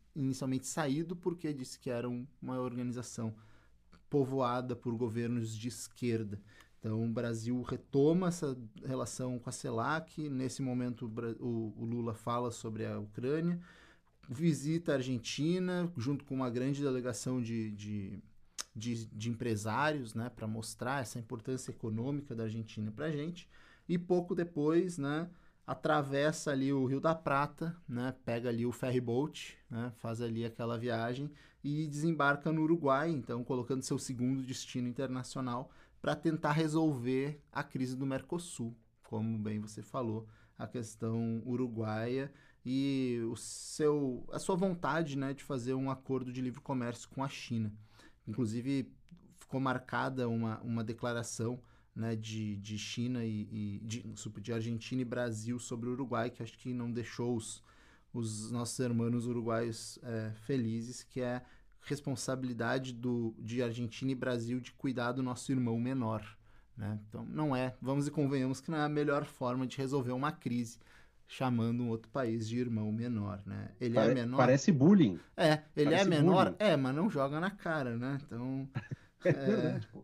inicialmente saído porque disse que era uma organização povoada por governos de esquerda. Então, o Brasil retoma essa relação com a CELAC. Nesse momento, o Lula fala sobre a Ucrânia, visita a Argentina, junto com uma grande delegação de empresários, né, para mostrar essa importância econômica da Argentina para a gente. E pouco depois, né, atravessa ali o Rio da Prata, né, pega ali o ferry boat, né, faz ali aquela viagem e desembarca no Uruguai, então colocando seu segundo destino internacional para tentar resolver a crise do Mercosul, como bem você falou, a questão uruguaia e a sua vontade, né, de fazer um acordo de livre comércio com a China. Inclusive, ficou marcada uma declaração, né, de China de Argentina e Brasil sobre o Uruguai, que acho que não deixou os nossos irmãos uruguaios felizes, que é responsabilidade de Argentina e Brasil de cuidar do nosso irmão menor, né? Então, vamos e convenhamos que não é a melhor forma de resolver uma crise, chamando um outro país de irmão menor, né? Ele é menor... Parece bullying. Ele Parece é menor, bullying. mas não joga na cara, né? Então... É verdade, pô.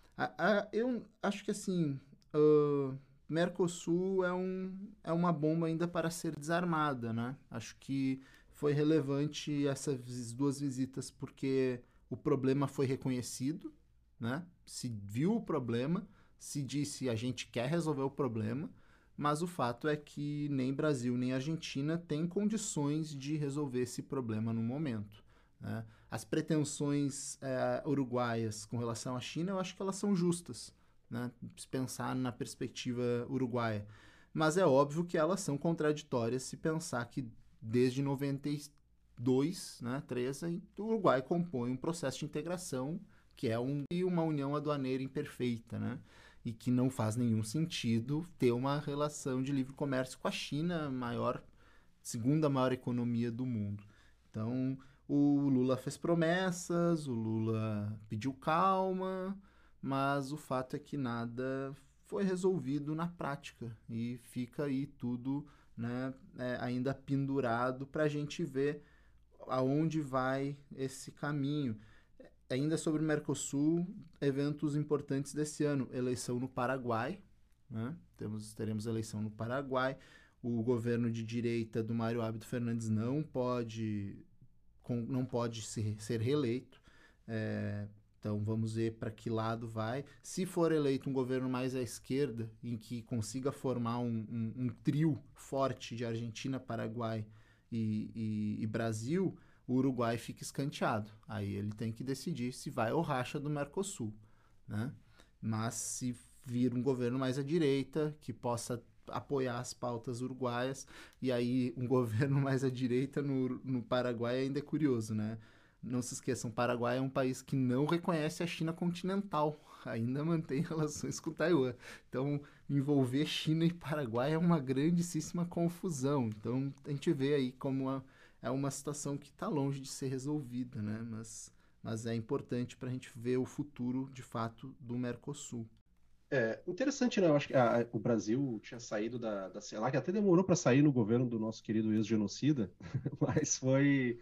Eu acho que, assim, Mercosul é uma bomba ainda para ser desarmada, né? Acho que foi relevante essas duas visitas porque o problema foi reconhecido, né? Se viu o problema, se disse a gente quer resolver o problema, mas o fato é que nem Brasil nem Argentina têm condições de resolver esse problema no momento, né? As pretensões uruguaias com relação à China, eu acho que elas são justas, né? Se pensar na perspectiva uruguaia. Mas é óbvio que elas são contraditórias se pensar que desde 92, né, 13, o Uruguai compõe um processo de integração que é uma união aduaneira imperfeita, né? E que não faz nenhum sentido ter uma relação de livre comércio com a China, segunda maior economia do mundo. Então, o Lula fez promessas, o Lula pediu calma, mas o fato é que nada foi resolvido na prática e fica aí tudo, né, ainda pendurado para a gente ver aonde vai esse caminho. Ainda sobre o Mercosul, eventos importantes desse ano, eleição no Paraguai, né? Teremos eleição no Paraguai, o governo de direita do Mário Abdo Fernandes não pode ser reeleito, então vamos ver para que lado vai. Se for eleito um governo mais à esquerda, em que consiga formar um trio forte de Argentina, Paraguai e Brasil, o Uruguai fica escanteado. Aí ele tem que decidir se vai ou racha do Mercosul, né? Mas se vir um governo mais à direita, que possa apoiar as pautas uruguaias, e aí um governo mais à direita no Paraguai ainda é curioso, né? Não se esqueçam, o Paraguai é um país que não reconhece a China continental, ainda mantém relações com Taiwan. Então, envolver China e Paraguai é uma grandíssima confusão. Então, a gente vê aí como é uma situação que está longe de ser resolvida, né? Mas é importante para a gente ver o futuro, de fato, do Mercosul. Interessante, né? Eu acho que o Brasil tinha saído da CELAC, até demorou para sair no governo do nosso querido ex-genocida, mas foi.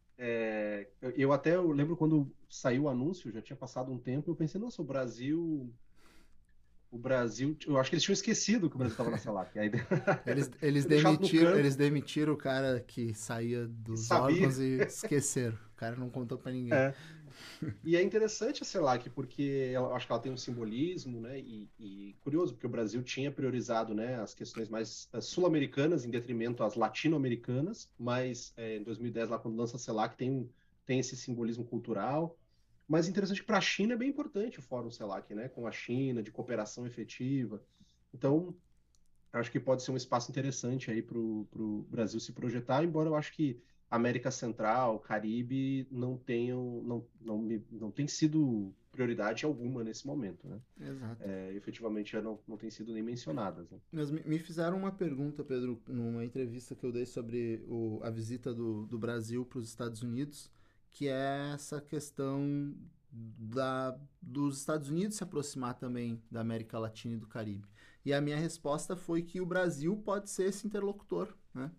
Eu lembro quando saiu o anúncio, já tinha passado um tempo, eu pensei, nossa, o Brasil, eu acho que eles tinham esquecido que o Brasil estava na CELAC. Aí Eles demitiram o cara que saía dos órgãos e esqueceram. O cara não contou para ninguém. E é interessante a CELAC, porque eu acho que ela tem um simbolismo, né? E curioso, porque o Brasil tinha priorizado, né, as questões mais sul-americanas em detrimento às latino-americanas, mas em 2010, lá quando lança a CELAC, tem esse simbolismo cultural. Mas interessante que para a China é bem importante o Fórum CELAC, né? Com a China, de cooperação efetiva. Então, acho que pode ser um espaço interessante aí para o Brasil se projetar, embora eu acho que América Central, Caribe não tem sido prioridade alguma nesse momento, né? Exato. Efetivamente já não tem sido nem mencionadas, né? Mas me fizeram uma pergunta, Pedro, numa entrevista que eu dei sobre a visita do Brasil para os Estados Unidos, que é essa questão dos Estados Unidos se aproximar também da América Latina e do Caribe. E a minha resposta foi que o Brasil pode ser esse interlocutor, né?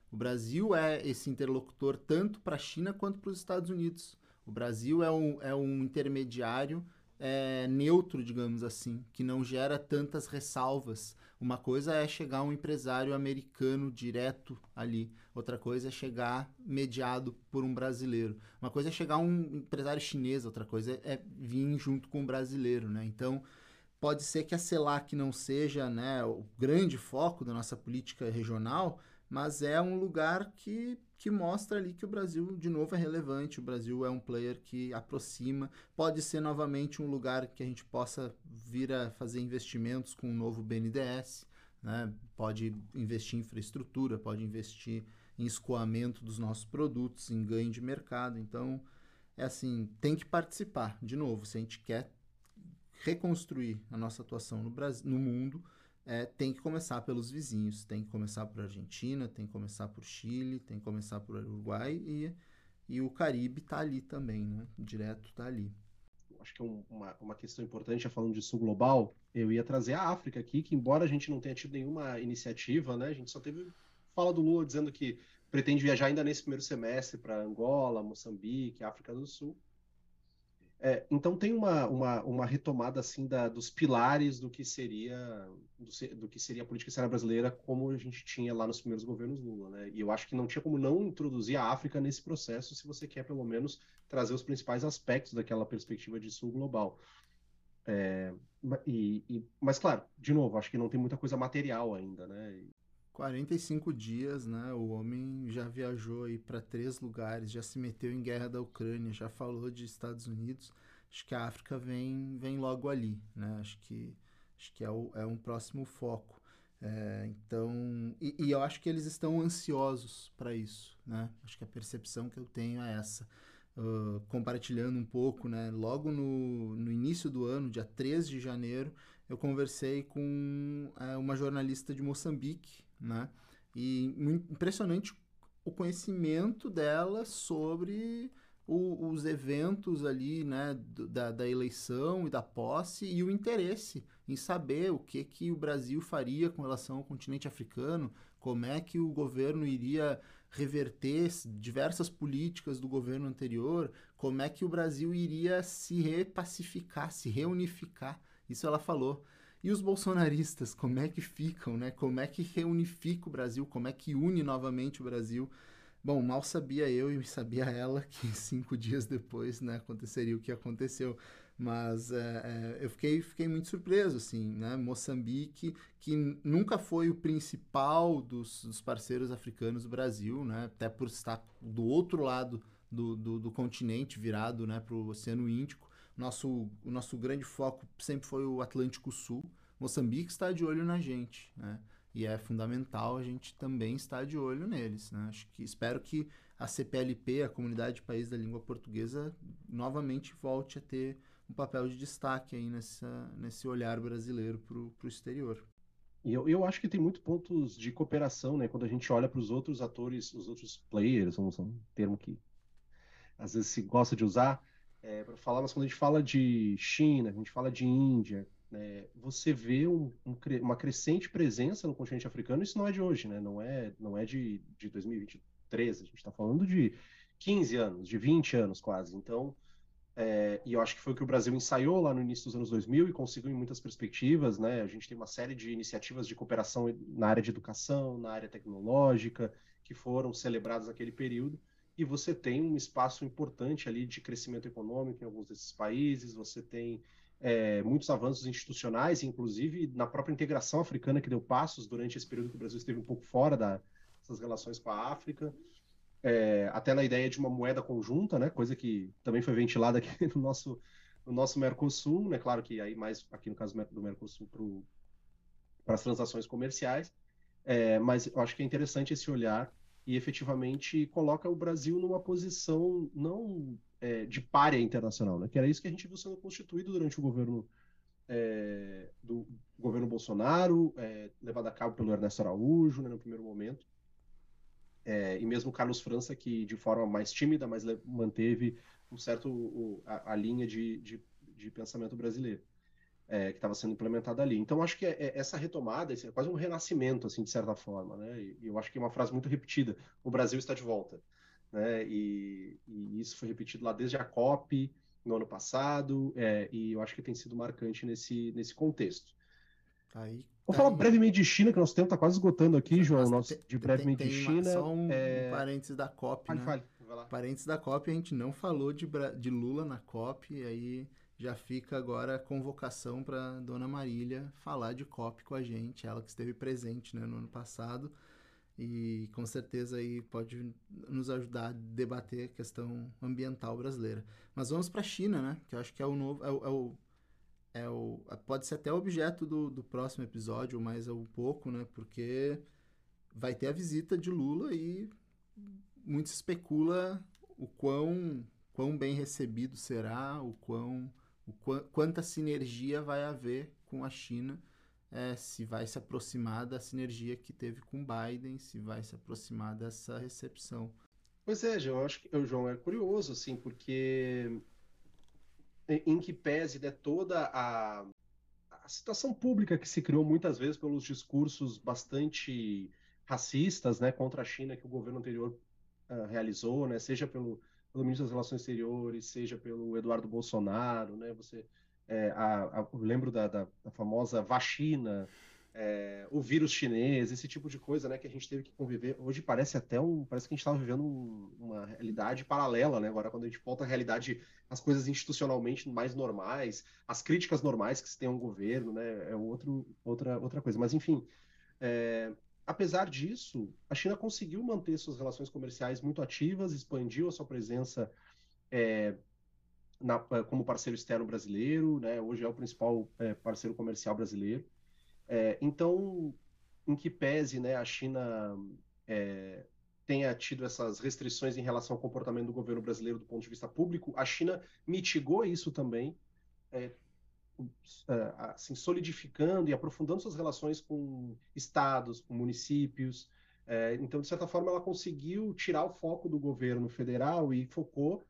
O Brasil é esse interlocutor tanto para a China quanto para os Estados Unidos. O Brasil é um intermediário neutro, digamos assim, que não gera tantas ressalvas. Uma coisa é chegar um empresário americano direto ali, outra coisa é chegar mediado por um brasileiro. Uma coisa é chegar um empresário chinês, outra coisa é vir junto com um brasileiro, né? Então, pode ser que a CELAC não seja, né, o grande foco da nossa política regional, mas é um lugar que mostra ali que o Brasil, de novo, é relevante, o Brasil é um player que aproxima, pode ser novamente um lugar que a gente possa vir a fazer investimentos com um novo BNDES, né? Pode investir em infraestrutura, pode investir em escoamento dos nossos produtos, em ganho de mercado, então é assim, tem que participar, de novo, se a gente quer reconstruir a nossa atuação no Brasil, no mundo, tem que começar pelos vizinhos, tem que começar por Argentina, tem que começar por Chile, tem que começar por Uruguai e o Caribe está ali também, né? Direto está ali. Acho que uma questão importante, já falando de sul global, eu ia trazer a África aqui, que embora a gente não tenha tido nenhuma iniciativa, né, a gente só teve fala do Lula dizendo que pretende viajar ainda nesse primeiro semestre para Angola, Moçambique, África do Sul. Então tem uma retomada assim dos pilares do que seria a política externa brasileira como a gente tinha lá nos primeiros governos Lula, né? E eu acho que não tinha como não introduzir a África nesse processo se você quer pelo menos trazer os principais aspectos daquela perspectiva de sul global. Mas claro, de novo, acho que não tem muita coisa material ainda, né? 45 dias, né? O homem já viajou aí para 3 lugares, já se meteu em guerra da Ucrânia, já falou de Estados Unidos. Acho que a África vem logo ali, né? Acho que é um próximo foco. Então, e eu acho que eles estão ansiosos para isso, né? Acho que a percepção que eu tenho é essa. Compartilhando um pouco, né? Logo no início do ano, dia 3 de janeiro, eu conversei com uma jornalista de Moçambique, né? E impressionante o conhecimento dela sobre os eventos ali, né, da eleição e da posse e o interesse em saber o que o Brasil faria com relação ao continente africano, como é que o governo iria reverter diversas políticas do governo anterior, como é que o Brasil iria se repacificar, se reunificar. Isso ela falou. E os bolsonaristas, como é que ficam, né? Como é que reunifica o Brasil? Como é que une novamente o Brasil? Bom, mal sabia eu e sabia ela que 5 dias depois, né, aconteceria o que aconteceu. Mas eu fiquei muito surpreso, assim, né? Moçambique, que nunca foi o principal dos parceiros africanos do Brasil, né? Até por estar do outro lado do continente, virado, né, para o Oceano Índico. O nosso grande foco sempre foi o Atlântico Sul. Moçambique está de olho na gente, né? E é fundamental a gente também estar de olho neles, né? Espero que a CPLP, a Comunidade de Países da Língua Portuguesa, novamente volte a ter um papel de destaque aí nesse olhar brasileiro para o exterior. E eu acho que tem muitos pontos de cooperação, né? Quando a gente olha para os outros atores, os outros players, um termo que às vezes se gosta de usar para falar, mas quando a gente fala de China, a gente fala de Índia, né, você vê uma crescente presença no continente africano. Isso não é de hoje, né? Não é de 2023, a gente está falando de 15 anos, de 20 anos quase. Então, e eu acho que foi o que o Brasil ensaiou lá no início dos anos 2000 e conseguiu em muitas perspectivas, né? A gente tem uma série de iniciativas de cooperação na área de educação, na área tecnológica, que foram celebradas naquele período, e você tem um espaço importante ali de crescimento econômico em alguns desses países, você tem muitos avanços institucionais, inclusive na própria integração africana que deu passos durante esse período que o Brasil esteve um pouco fora dessas relações com a África. Até na ideia de uma moeda conjunta, né, coisa que também foi ventilada aqui no nosso Mercosul, né, claro que aí mais aqui no caso do Mercosul para as transações comerciais, mas eu acho que é interessante esse olhar e efetivamente coloca o Brasil numa posição não de párea internacional, né, que era isso que a gente viu sendo constituído durante o governo do governo Bolsonaro, levado a cabo pelo Ernesto Araújo, né, no primeiro momento. E mesmo Carlos França, que de forma mais tímida, mas manteve a linha de pensamento brasileiro. que estava sendo implementada ali. Então, acho que essa retomada é quase um renascimento, assim, de certa forma, né? E eu acho que é uma frase muito repetida: o Brasil está de volta, né? E isso foi repetido lá desde a COP no ano passado, e eu acho que tem sido marcante nesse contexto. Tá aí, Vou tá falar aí. brevemente de China, que nosso tempo está quase esgotando aqui, João, Mas nosso de brevemente de China. só um parênteses da COP, Fale, né? fale, vai lá. Parênteses da COP, a gente não falou de Lula na COP, e aí já fica agora a convocação para Dona Marília falar de COP com a gente, ela que esteve presente, né, no ano passado, e com certeza aí pode nos ajudar a debater a questão ambiental brasileira. Mas vamos para a China, né? Que eu acho que é o novo, pode ser até objeto do próximo episódio, mas é um pouco, né? Porque vai ter a visita de Lula e muito se especula o quão bem recebido será, quanta sinergia vai haver com a China, se vai se aproximar da sinergia que teve com Biden, se vai se aproximar dessa recepção. Pois é, João, eu acho que o João é curioso, assim, porque em que pese, né, toda a situação pública que se criou muitas vezes pelos discursos bastante racistas, né, contra a China que o governo anterior realizou, né, seja pelo ministro das Relações Exteriores, seja pelo Eduardo Bolsonaro, né, eu lembro da famosa vacina, o vírus chinês, esse tipo de coisa, né, que a gente teve que conviver. Hoje parece que a gente estava vivendo uma realidade paralela, né, agora quando a gente volta à realidade, as coisas institucionalmente mais normais, as críticas normais que se tem a um governo, né, outra coisa. Mas, enfim, apesar disso, a China conseguiu manter suas relações comerciais muito ativas, expandiu a sua presença como parceiro externo brasileiro, né? Hoje é o principal parceiro comercial brasileiro. Então, em que pese, né, a China tenha tido essas restrições em relação ao comportamento do governo brasileiro do ponto de vista público, a China mitigou isso também, é, assim, solidificando e aprofundando suas relações com estados, com municípios. Então, de certa forma, ela conseguiu tirar o foco do governo federal e focou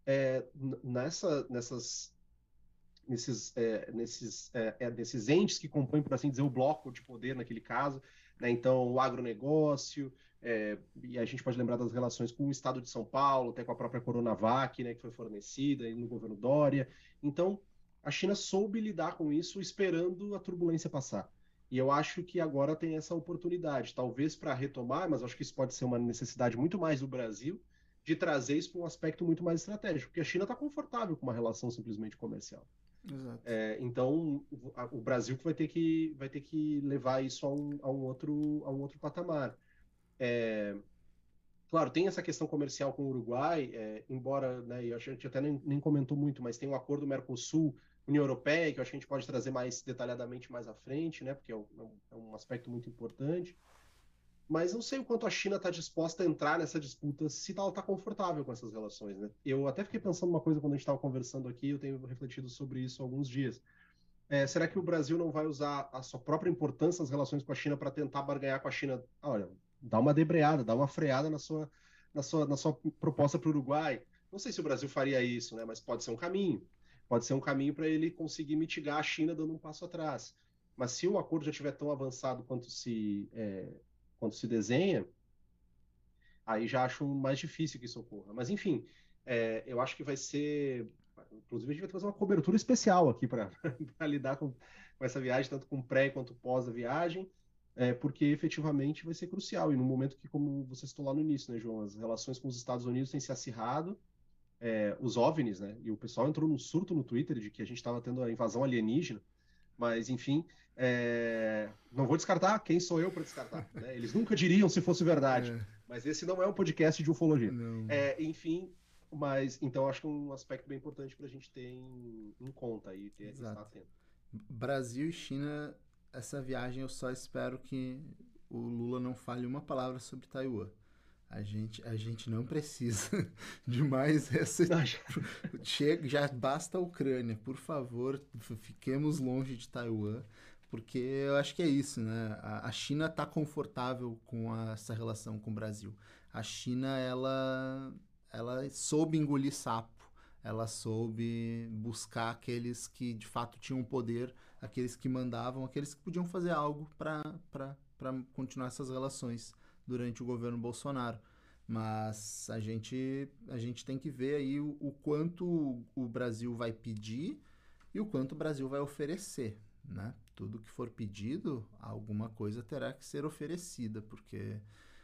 nesses entes que compõem, por assim dizer, o bloco de poder naquele caso, né? Então, o agronegócio, e a gente pode lembrar das relações com o Estado de São Paulo, até com a própria Coronavac, né, que foi fornecida no governo Dória. Então, a China soube lidar com isso, esperando a turbulência passar. E eu acho que agora tem essa oportunidade, talvez para retomar, mas acho que isso pode ser uma necessidade muito mais do Brasil, de trazer isso para um aspecto muito mais estratégico, porque a China está confortável com uma relação simplesmente comercial. Exato. Então, o Brasil que vai ter que levar isso a um outro patamar. Claro, tem essa questão comercial com o Uruguai, embora, né, e a gente até nem comentou muito, mas tem o acordo Mercosul-União Europeia, que eu acho que a gente pode trazer mais detalhadamente mais à frente, né, porque é um aspecto muito importante. Mas não sei o quanto a China está disposta a entrar nessa disputa, se ela está confortável com essas relações, né? Eu até fiquei pensando uma coisa quando a gente estava conversando aqui, eu tenho refletido sobre isso há alguns dias. Será que o Brasil não vai usar a sua própria importância nas relações com a China para tentar barganhar com a China? Olha, dá uma debreada, dá uma freada na sua proposta para o Uruguai. Não sei se o Brasil faria isso, né? Mas pode ser um caminho. Pode ser um caminho para ele conseguir mitigar a China dando um passo atrás. Mas se o acordo já estiver tão avançado quanto se desenha, aí já acho mais difícil que isso ocorra. Mas, enfim, eu acho que vai ser. Inclusive, a gente vai fazer uma cobertura especial aqui para lidar com essa viagem, tanto com pré quanto pós a viagem, porque efetivamente vai ser crucial. E no momento que, como você citou lá no início, né, João, as relações com os Estados Unidos têm se acirrado, os OVNIs, né, e o pessoal entrou num surto no Twitter de que a gente estava tendo a invasão alienígena, mas, enfim, não vou descartar, quem sou eu para descartar? Né? Eles nunca diriam se fosse verdade, mas esse não é um podcast de ufologia. Enfim, mas então acho que é um aspecto bem importante para a gente ter em conta e estar atento. Brasil e China, essa viagem eu só espero que o Lula não fale uma palavra sobre Taiwan. A gente não precisa de mais essa. Chega, já basta a Ucrânia, por favor, fiquemos longe de Taiwan, porque eu acho que é isso, né? A China está confortável com essa relação com o Brasil. A China, ela soube engolir sapo. ela soube buscar aqueles que de fato tinham poder, aqueles que mandavam, aqueles que podiam fazer algo para continuar essas relações durante o governo Bolsonaro. Mas a gente tem que ver aí o quanto o Brasil vai pedir e o quanto o Brasil vai oferecer, né? Tudo que for pedido, alguma coisa terá que ser oferecida, porque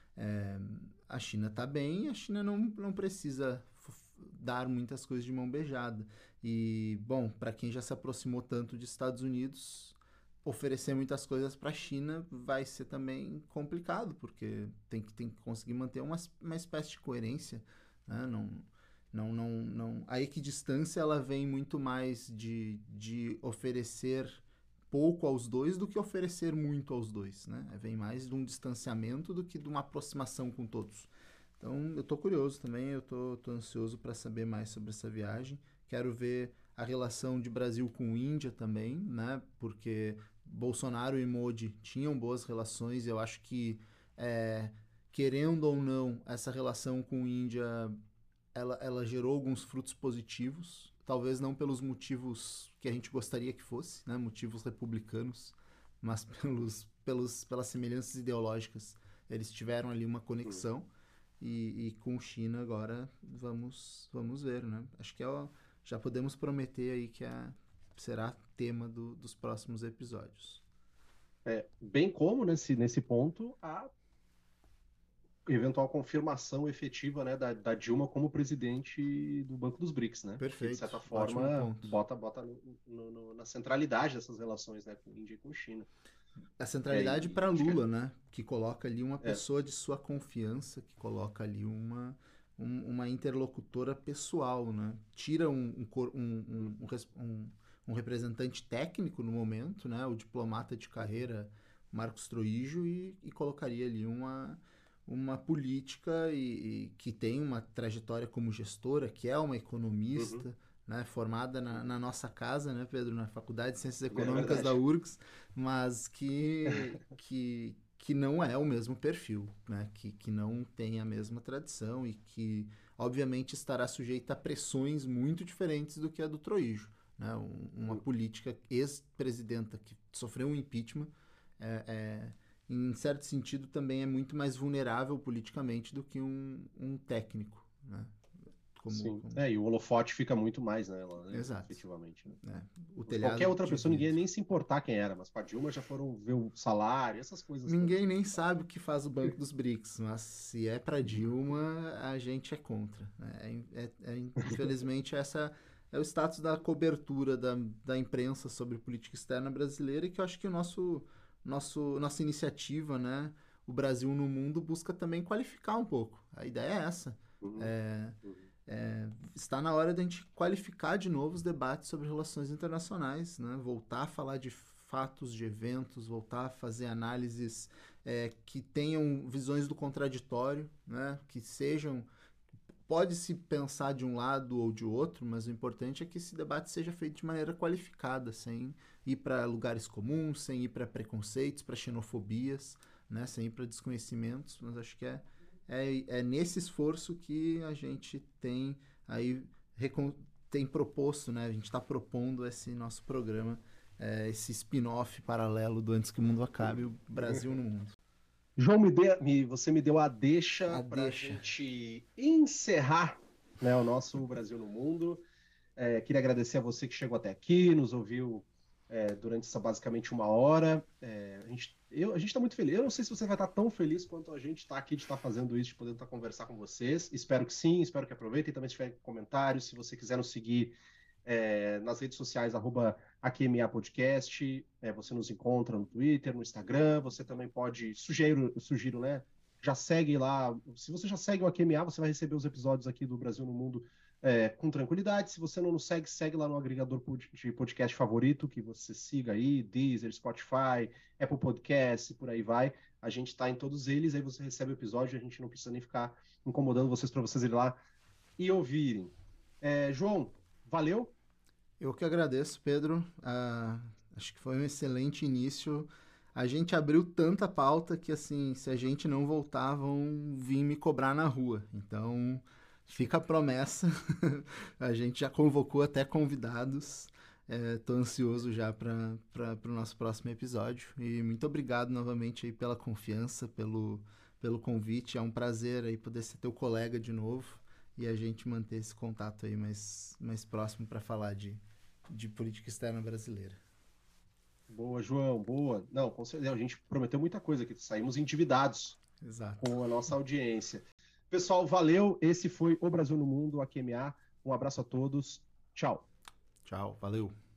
a China está bem, a China não precisa dar muitas coisas de mão beijada. E, bom, para quem já se aproximou tanto dos Estados Unidos, oferecer muitas coisas para a China vai ser também complicado, porque tem que conseguir manter uma espécie de coerência, né? Não. A equidistância ela vem muito mais de oferecer pouco aos dois do que oferecer muito aos dois, né? Vem mais de um distanciamento do que de uma aproximação com todos. Então, eu tô curioso também, eu tô ansioso para saber mais sobre essa viagem. Quero ver a relação de Brasil com Índia também, né? Porque Bolsonaro e Modi tinham boas relações. Eu acho que, querendo ou não, essa relação com Índia, ela gerou alguns frutos positivos. Talvez não pelos motivos que a gente gostaria que fosse, né? Motivos republicanos, mas pelas semelhanças ideológicas. Eles tiveram ali uma conexão. E com China agora vamos ver, né? Acho que já podemos prometer aí que será tema dos próximos episódios. Bem como nesse ponto a eventual confirmação efetiva, né, da Dilma como presidente do Banco dos BRICS, né? Perfeito. Que de certa Ótimo forma ponto. bota na centralidade dessas relações, né, com Índia e com China. A centralidade para acho que Lula, né? Que coloca ali uma pessoa de sua confiança, que coloca ali uma interlocutora pessoal, né? Tira um representante técnico no momento, né? O diplomata de carreira Marcos Troijo e colocaria ali uma política e que tem uma trajetória como gestora, que é uma economista, né, formada na nossa casa, né, Pedro, na Faculdade de Ciências Econômicas da URGS, mas que não é o mesmo perfil, né, que não tem a mesma tradição e que, obviamente, estará sujeita a pressões muito diferentes do que a do Troijo. Né, uma política ex-presidenta que sofreu um impeachment em certo sentido, também é muito mais vulnerável politicamente do que um técnico, né? Sim. E o holofote fica muito mais nela, né? Exato. Efetivamente. Né? O telhado qualquer outra pessoa, ninguém ia nem se importar quem era, mas para Dilma já foram ver o salário, essas coisas. Ninguém nem sabe o que faz o Banco dos BRICS, mas se é para Dilma, a gente é contra. Né? Infelizmente, essa é o status da cobertura da imprensa sobre política externa brasileira e que eu acho que nossa iniciativa, né, o Brasil no Mundo, busca também qualificar um pouco. A ideia é essa. Está na hora de a gente qualificar de novo os debates sobre relações internacionais, né? Voltar a falar de fatos, de eventos, voltar a fazer análises que tenham visões do contraditório, né? Que sejam... Pode-se pensar de um lado ou de outro, mas o importante é que esse debate seja feito de maneira qualificada, sem ir para lugares comuns, sem ir para preconceitos, para xenofobias, né? Sem ir para desconhecimentos, mas acho que é nesse esforço que a gente tem proposto, né? A gente está propondo esse nosso programa, esse spin-off paralelo do Antes que o Mundo Acabe, o Brasil no Mundo. João, você me deu a deixa para a gente encerrar, né, o nosso Brasil no Mundo. Queria agradecer a você que chegou até aqui, nos ouviu durante essa basicamente uma hora. A gente está muito feliz. Eu não sei se você vai estar tão feliz quanto a gente está aqui de estar fazendo isso, de poder estar conversar com vocês. Espero que sim, espero que aproveitem. Também se tiver comentários, se você quiser nos seguir nas redes sociais, @AQMA Podcast, você nos encontra no Twitter, no Instagram, você também pode, sugiro, né? Já segue lá, se você já segue o AQMA, você vai receber os episódios aqui do Brasil no Mundo com tranquilidade. Se você não nos segue lá no agregador de podcast favorito, que você siga aí, Deezer, Spotify, Apple Podcast, por aí vai. A gente está em todos eles, aí você recebe o episódio, a gente não precisa nem ficar incomodando vocês para vocês irem lá e ouvirem. João, valeu. Eu que agradeço, Pedro. Acho que foi um excelente início. A gente abriu tanta pauta que, assim, se a gente não voltar, vão vir me cobrar na rua. Então, fica a promessa. A gente já convocou até convidados. Tô ansioso já para o nosso próximo episódio. E muito obrigado novamente aí pela confiança, pelo convite. É um prazer aí poder ser teu colega de novo e a gente manter esse contato aí mais próximo para falar de política externa brasileira. Boa, João, boa. Não, com certeza, a gente prometeu muita coisa aqui, saímos endividados Exato. com a nossa audiência. Pessoal, valeu. Esse foi o Brasil no Mundo, a QMA. Um abraço a todos. Tchau. Tchau, valeu.